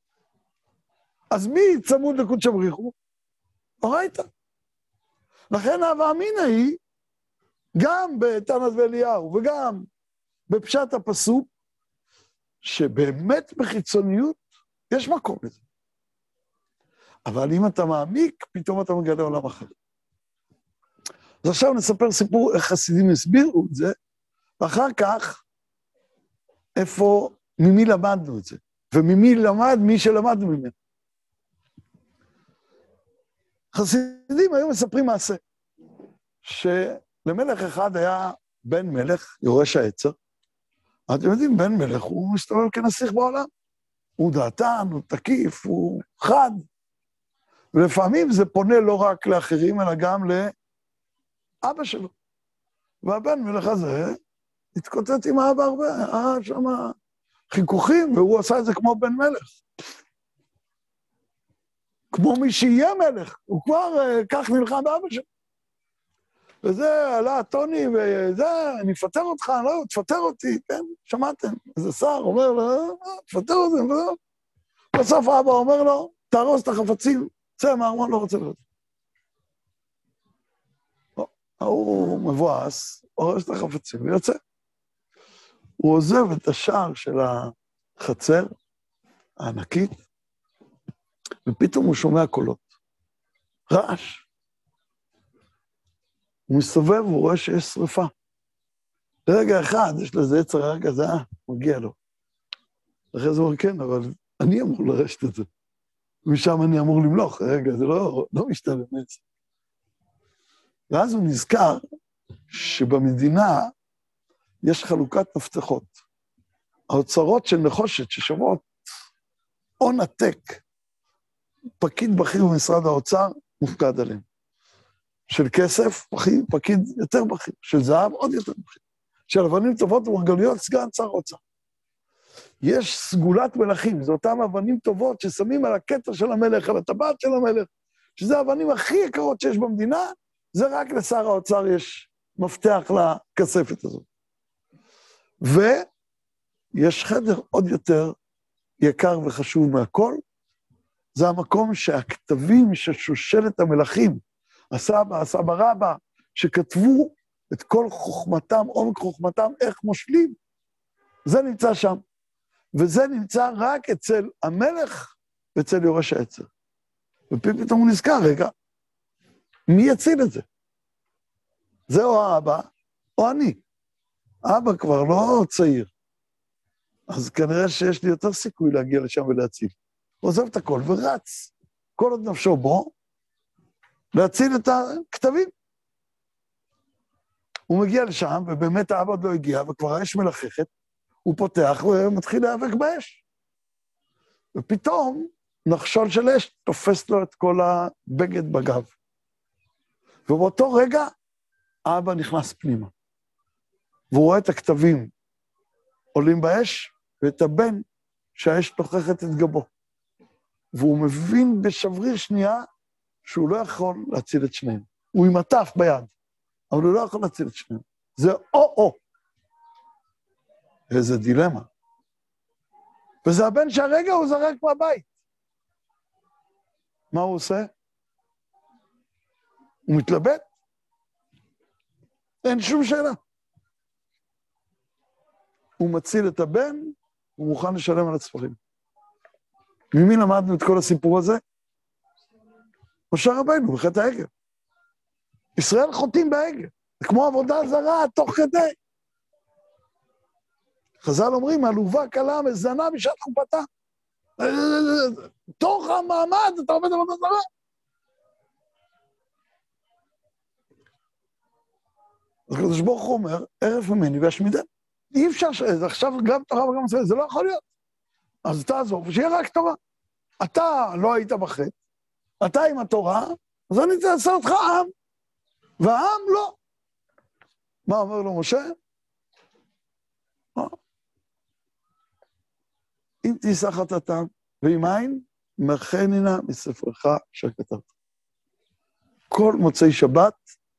אז מי צמוד לקודשא בריחו? אורייתא. לכן ההווה אמינא היא, גם בתנא ואליהו וגם בפשט הפסוק, שבאמת בחיצוניות יש מקום לזה. אבל אם אתה מעמיק, פתאום אתה מגלה עולם אחר. אז עכשיו נספר סיפור איך חסידים הסבירו את זה, ואחר כך ממי למדנו את זה, וממי למד מי שלמדנו ממנו. חסידים היו מספרים מעשה, שלמלך אחד היה בן מלך, יורש העצר. אתם יודעים, בן מלך הוא מסתובב כנסיך בעולם. הוא דעתן, הוא תקיף, הוא חד. ולפעמים זה פונה לא רק לאחרים, אלא גם לאבא שלו. והבן מלך הזה התקוטט עם האבא הרבה, היה שם חיכוכים, והוא עשה את זה כמו בן מלך. כמו מי שיהיה מלך, הוא כבר כך נלחם באבא שלו. וזה עלה טוני, וזה, אני אפטר אותך, לא, תפטר אותי, כן, שמעתם? איזה שר אומר לו, תפטר אותי, לא. בסוף האבא אומר לו, תהרוס את החפצים, צא מהארמון, לא רוצה לראות. הוא מבואס, הורס את החפצים ויוצא. הוא עוזב את השער של החצר הענקית, ופתאום הוא שומע קולות. רעש. הוא מסתובב, הוא רואה שיש שריפה. ברגע אחד, יש לזה יצר הרגע, זה מגיע לו. אחרי זה הוא אומר, כן, אבל אני אמור לרשת את זה. משם אני אמור למלוך, רגע, זה לא משתלם את זה. ואז הוא נזכר שבמדינה יש חלוקת מפתחות. האוצרות של נחושת ששומעות הון עתק, פקיד בכיר במשרד האוצר מופקד עליהם. של כסף, פקיד יותר בכיר, של זהב עוד יותר בכיר, של אבנים טובות ומרגליות סגן שר האוצר. יש סגולת מלכים, זה אותם אבנים טובות ששמים על הכתר של המלך, על הטבעת של המלך, שזה האבנים הכי יקרות שיש במדינה, זה רק לשר האוצר יש מפתח לכספת הזאת. ויש חדר עוד יותר יקר וחשוב מהכל, זה המקום שהכתבים של שושלת המלכים, הסבא, הסבא רבא, שכתבו את כל חוכמתם, עומק חוכמתם, איך מושלים, זה נמצא שם. וזה נמצא רק אצל המלך ואצל יורש העצר. ופתאום הוא נזכר, רגע, מי יציל את זה? זה או האבא, או אני. האבא כבר לא צעיר. אז כנראה שיש לי יותר סיכוי להגיע לשם ולהציל. הוא עוזב את הכל ורץ, כל עוד נפשו בו, להציל את הכתבים. הוא מגיע לשם, ובאמת האבא עוד לא הגיע, וכבר האש מלחכת, הוא פותח ומתחיל להיאבק באש. ופתאום נחשול של אש תופס לו את כל הבגד בגב. ובאותו רגע, האבא נכנס פנימה. והוא רואה את הכתבים עולים באש, ואת הבן שהאש תוכחת את גבו. והוא מבין בשבריר שנייה שהוא לא יכול להציל את שניהם. הוא עם עטף ביד, אבל הוא לא יכול להציל את שניהם. זה או-או. איזה דילמה. וזה הבן שהרגע הוא זרק מהבית. מה הוא עושה? הוא מתלבט? אין שום שאלה. הוא מציל את הבן, הוא מוכן לשלם על הספרים. ממי למדנו את כל הסיפור הזה? משה רבנו, בחטא העגל. ישראל חוטאים בעגל. זה כמו עבודה זרה, תוך כדי. חז"ל אומרים, עלובה קלה מזנה בשעת חופתה. תוך המעמד, אתה עובד עבודה זרה. אז הקדוש ברוך הוא אומר, ערף ממני והשמידני. אי אפשר עכשיו גם תורה וגם מצווה, זה לא יכול להיות. אז תעזוב, שיהיה רק תורה. אתה לא היית בחטא, אתה עם התורה, אז אני אעשה אותך עם, והעם לא. מה אומר לו משה? אם תישא חטאתם, ועם עין, מחני נא מספרך שכתבת. כל מוצאי שבת,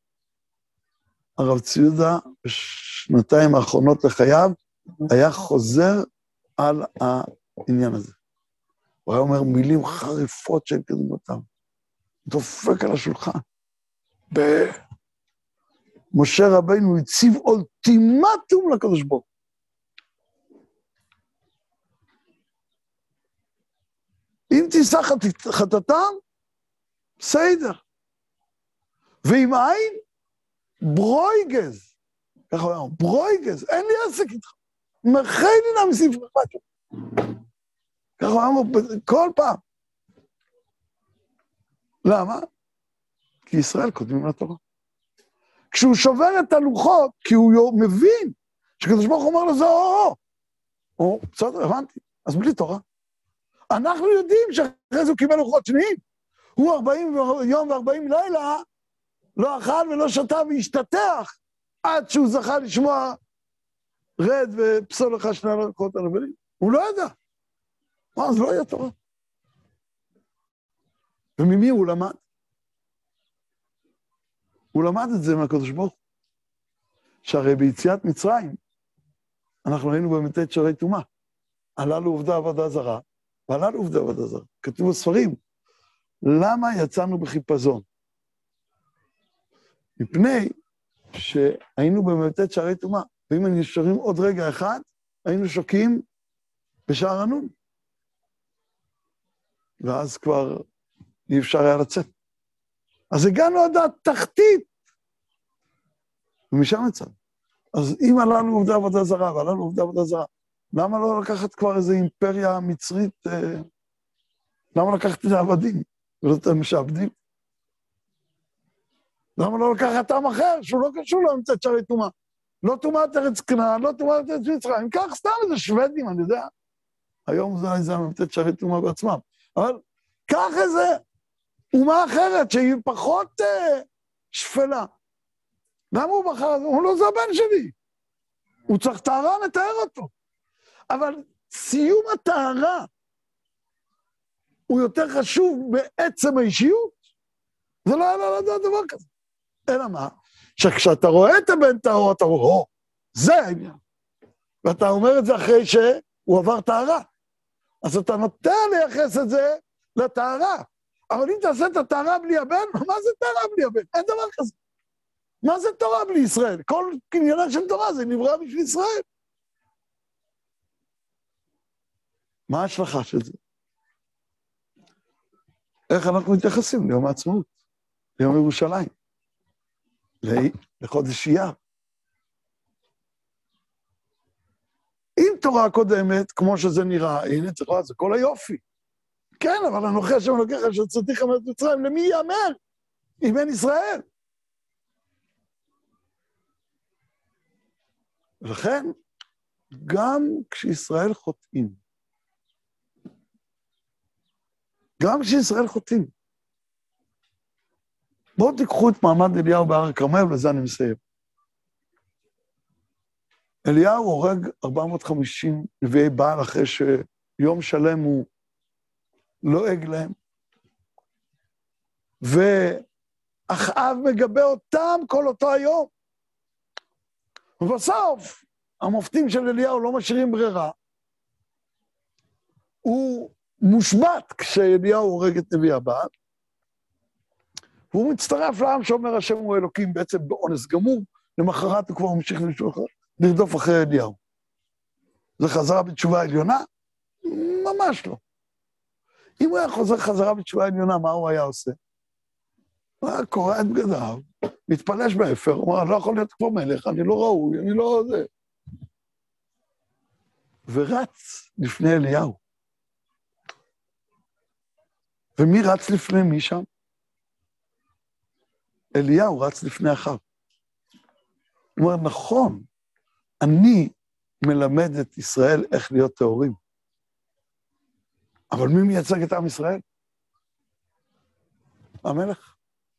הרב ציודה, בשנתיים האחרונות לחייו, היה חוזר על העניין הזה. הוא היה אומר מילים חריפות של כדמותם. דופק על השולחן. משה רבינו הציב אולטימטום לקדוש ברוך. אם תישא חטאתם, בסדר. ועם עין, ברויגז. ככה הוא אומר, ברויגז, אין לי עסק איתך. מרחי דינה מספר אכפת. ככה הוא אמר כל פעם. למה? כי ישראל קודמים לתורה. כשהוא שובר את הלוחות, כי הוא מבין שקדוש ברוך הוא אומר לו זה או, בסדר, הבנתי, אז בלי תורה. אנחנו יודעים שאחרי זה הוא קיבל לוחות שניים. הוא 40 יום ו40 לילה, לא אכל ולא שתה והשתתח, עד שהוא זכה לשמוע רד ופסול לך שני הלוחות הנבלים. הוא לא ידע. אז לא היה תורה. וממי הוא למד? הוא למד את זה מהקדוש ברוך הוא. שהרי ביציאת מצרים, אנחנו היינו במתת שערי טומאה. עלה לעובדה עבודה זרה, ועלה לעובדה עבודה זרה. כתוב בספרים, למה יצאנו בחיפזון? מפני שהיינו במתת שערי טומאה, ואם היינו נשארים עוד רגע אחד, היינו שוקים בשער הנון. ואז כבר אי אפשר היה לצאת. אז הגענו עד התחתית, ומשם יצאנו. אז אם עלינו עובדה עבודה זרה, ועלינו עובדה עבודה זרה, למה לא לקחת כבר איזו אימפריה מצרית, למה לקחת את העבדים, ולא את המשעבדים? למה לא לקחת עם אחר, שהוא לא קשור למצאת שערי טומאה? לא טומאת ארץ כנען, לא טומאת ארץ מצרים, כך סתם איזה שוודים, אני יודע. היום זה מצאת שערי טומאה בעצמם. אבל כך איזה אומה אחרת שהיא פחות שפלה. למה הוא בחר? הוא לא זה הבן שלי. הוא צריך טהרה, נתאר אותו. אבל סיום הטהרה הוא יותר חשוב בעצם האישיות. זה לא היה לדעת דבר כזה. אלא מה? שכשאתה רואה את הבן טהור, אתה אומר, זה העניין. ואתה אומר את זה אחרי שהוא עבר טהרה. אז אתה נוטה לייחס את זה לטהרה. אבל אם תעשה את הטהרה בלי הבן, מה זה טהרה בלי הבן? אין דבר כזה. מה זה תורה בלי ישראל? כל עניינה של תורה זה נברא בשביל ישראל. מה ההשלכה של זה? איך אנחנו מתייחסים ליום העצמאות, ליום ירושלים, לחודש אייר? אם תורה קודמת, כמו שזה נראה, הנה צריך לראות, זה כל היופי. כן, אבל אנוכי השם אלוקיך שהוצאתיך מארץ מצרים, למי ייאמר? אם אין ישראל. ולכן, גם כשישראל חוטאים, בואו תיקחו את מעמד אליהו בהר הכרמל, ולזה אני מסיים. אליהו הורג 450 נביאי בעל אחרי שיום שלם הוא לועג להם, ואחאב מגבה אותם כל אותו היום. ובסוף, המופתים של אליהו לא משאירים ברירה, הוא מושבת כשאליהו הורג את נביא הבעל, והוא מצטרף לעם שאומר השם הוא אלוקים בעצם באונס גמור, למחרת הוא כבר ממשיך לרדוף אחרי אליהו. זה חזרה בתשובה עליונה? ממש לא. אם הוא היה חוזר חזרה בתשובה עליונה, מה הוא היה עושה? הוא היה קורע את בגדיו, מתפלש באפר, הוא אומר, אני לא יכול להיות כמו מלך, אני לא ראוי, אני לא זה. ורץ לפני אליהו. ומי רץ לפני מי שם? אליהו רץ לפני אחאב. הוא אומר, נכון, אני מלמד את ישראל איך להיות טהורים. אבל מי מייצג את עם ישראל? המלך.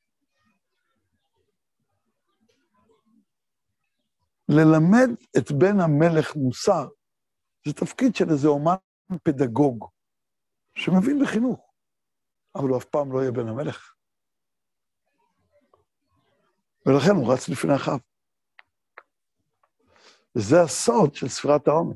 ללמד את בן המלך מוסר, זה תפקיד של איזה אומן פדגוג, שמבין בחינוך, אבל הוא אף פעם לא יהיה בן המלך. ולכן הוא רץ לפני אחאב. וזה הסוד של ספירת העומר.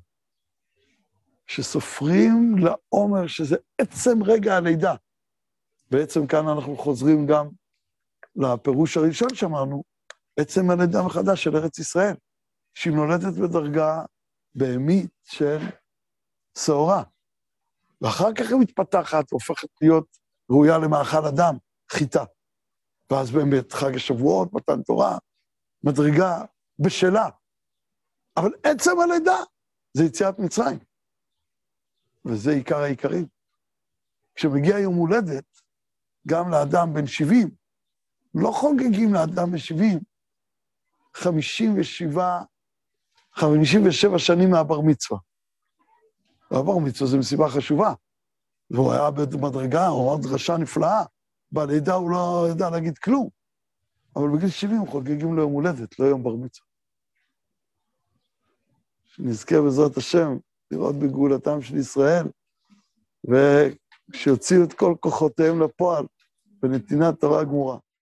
שסופרים לעומר, שזה עצם רגע הלידה. בעצם כאן אנחנו חוזרים גם לפירוש הראשון שאמרנו, עצם הלידה מחדש של ארץ ישראל, שהיא נולדת בדרגה בהמית של שעורה. ואחר כך היא מתפתחת, הופכת להיות ראויה למאכל אדם, חיטה. ואז באמת חג השבועות, מתן תורה, מדרגה בשלה. אבל עצם הלידה זה יציאת מצרים. וזה עיקר העיקרים. כשמגיע יום הולדת, גם לאדם בן 70, לא חוגגים לאדם בן 70, 57 שנים מהבר מצווה. והבר מצווה זה מסיבה חשובה. והוא היה במדרגה, הוא אמר דרשה נפלאה. בלידה הוא לא ידע להגיד כלום. אבל בגיל 70 חוגגים לו יום הולדת, לא יום בר מצווה. שנזכה בעזרת השם לראות בגאולתם של ישראל, ושיוציאו את כל כוחותיהם לפועל בנתינת תורה גמורה.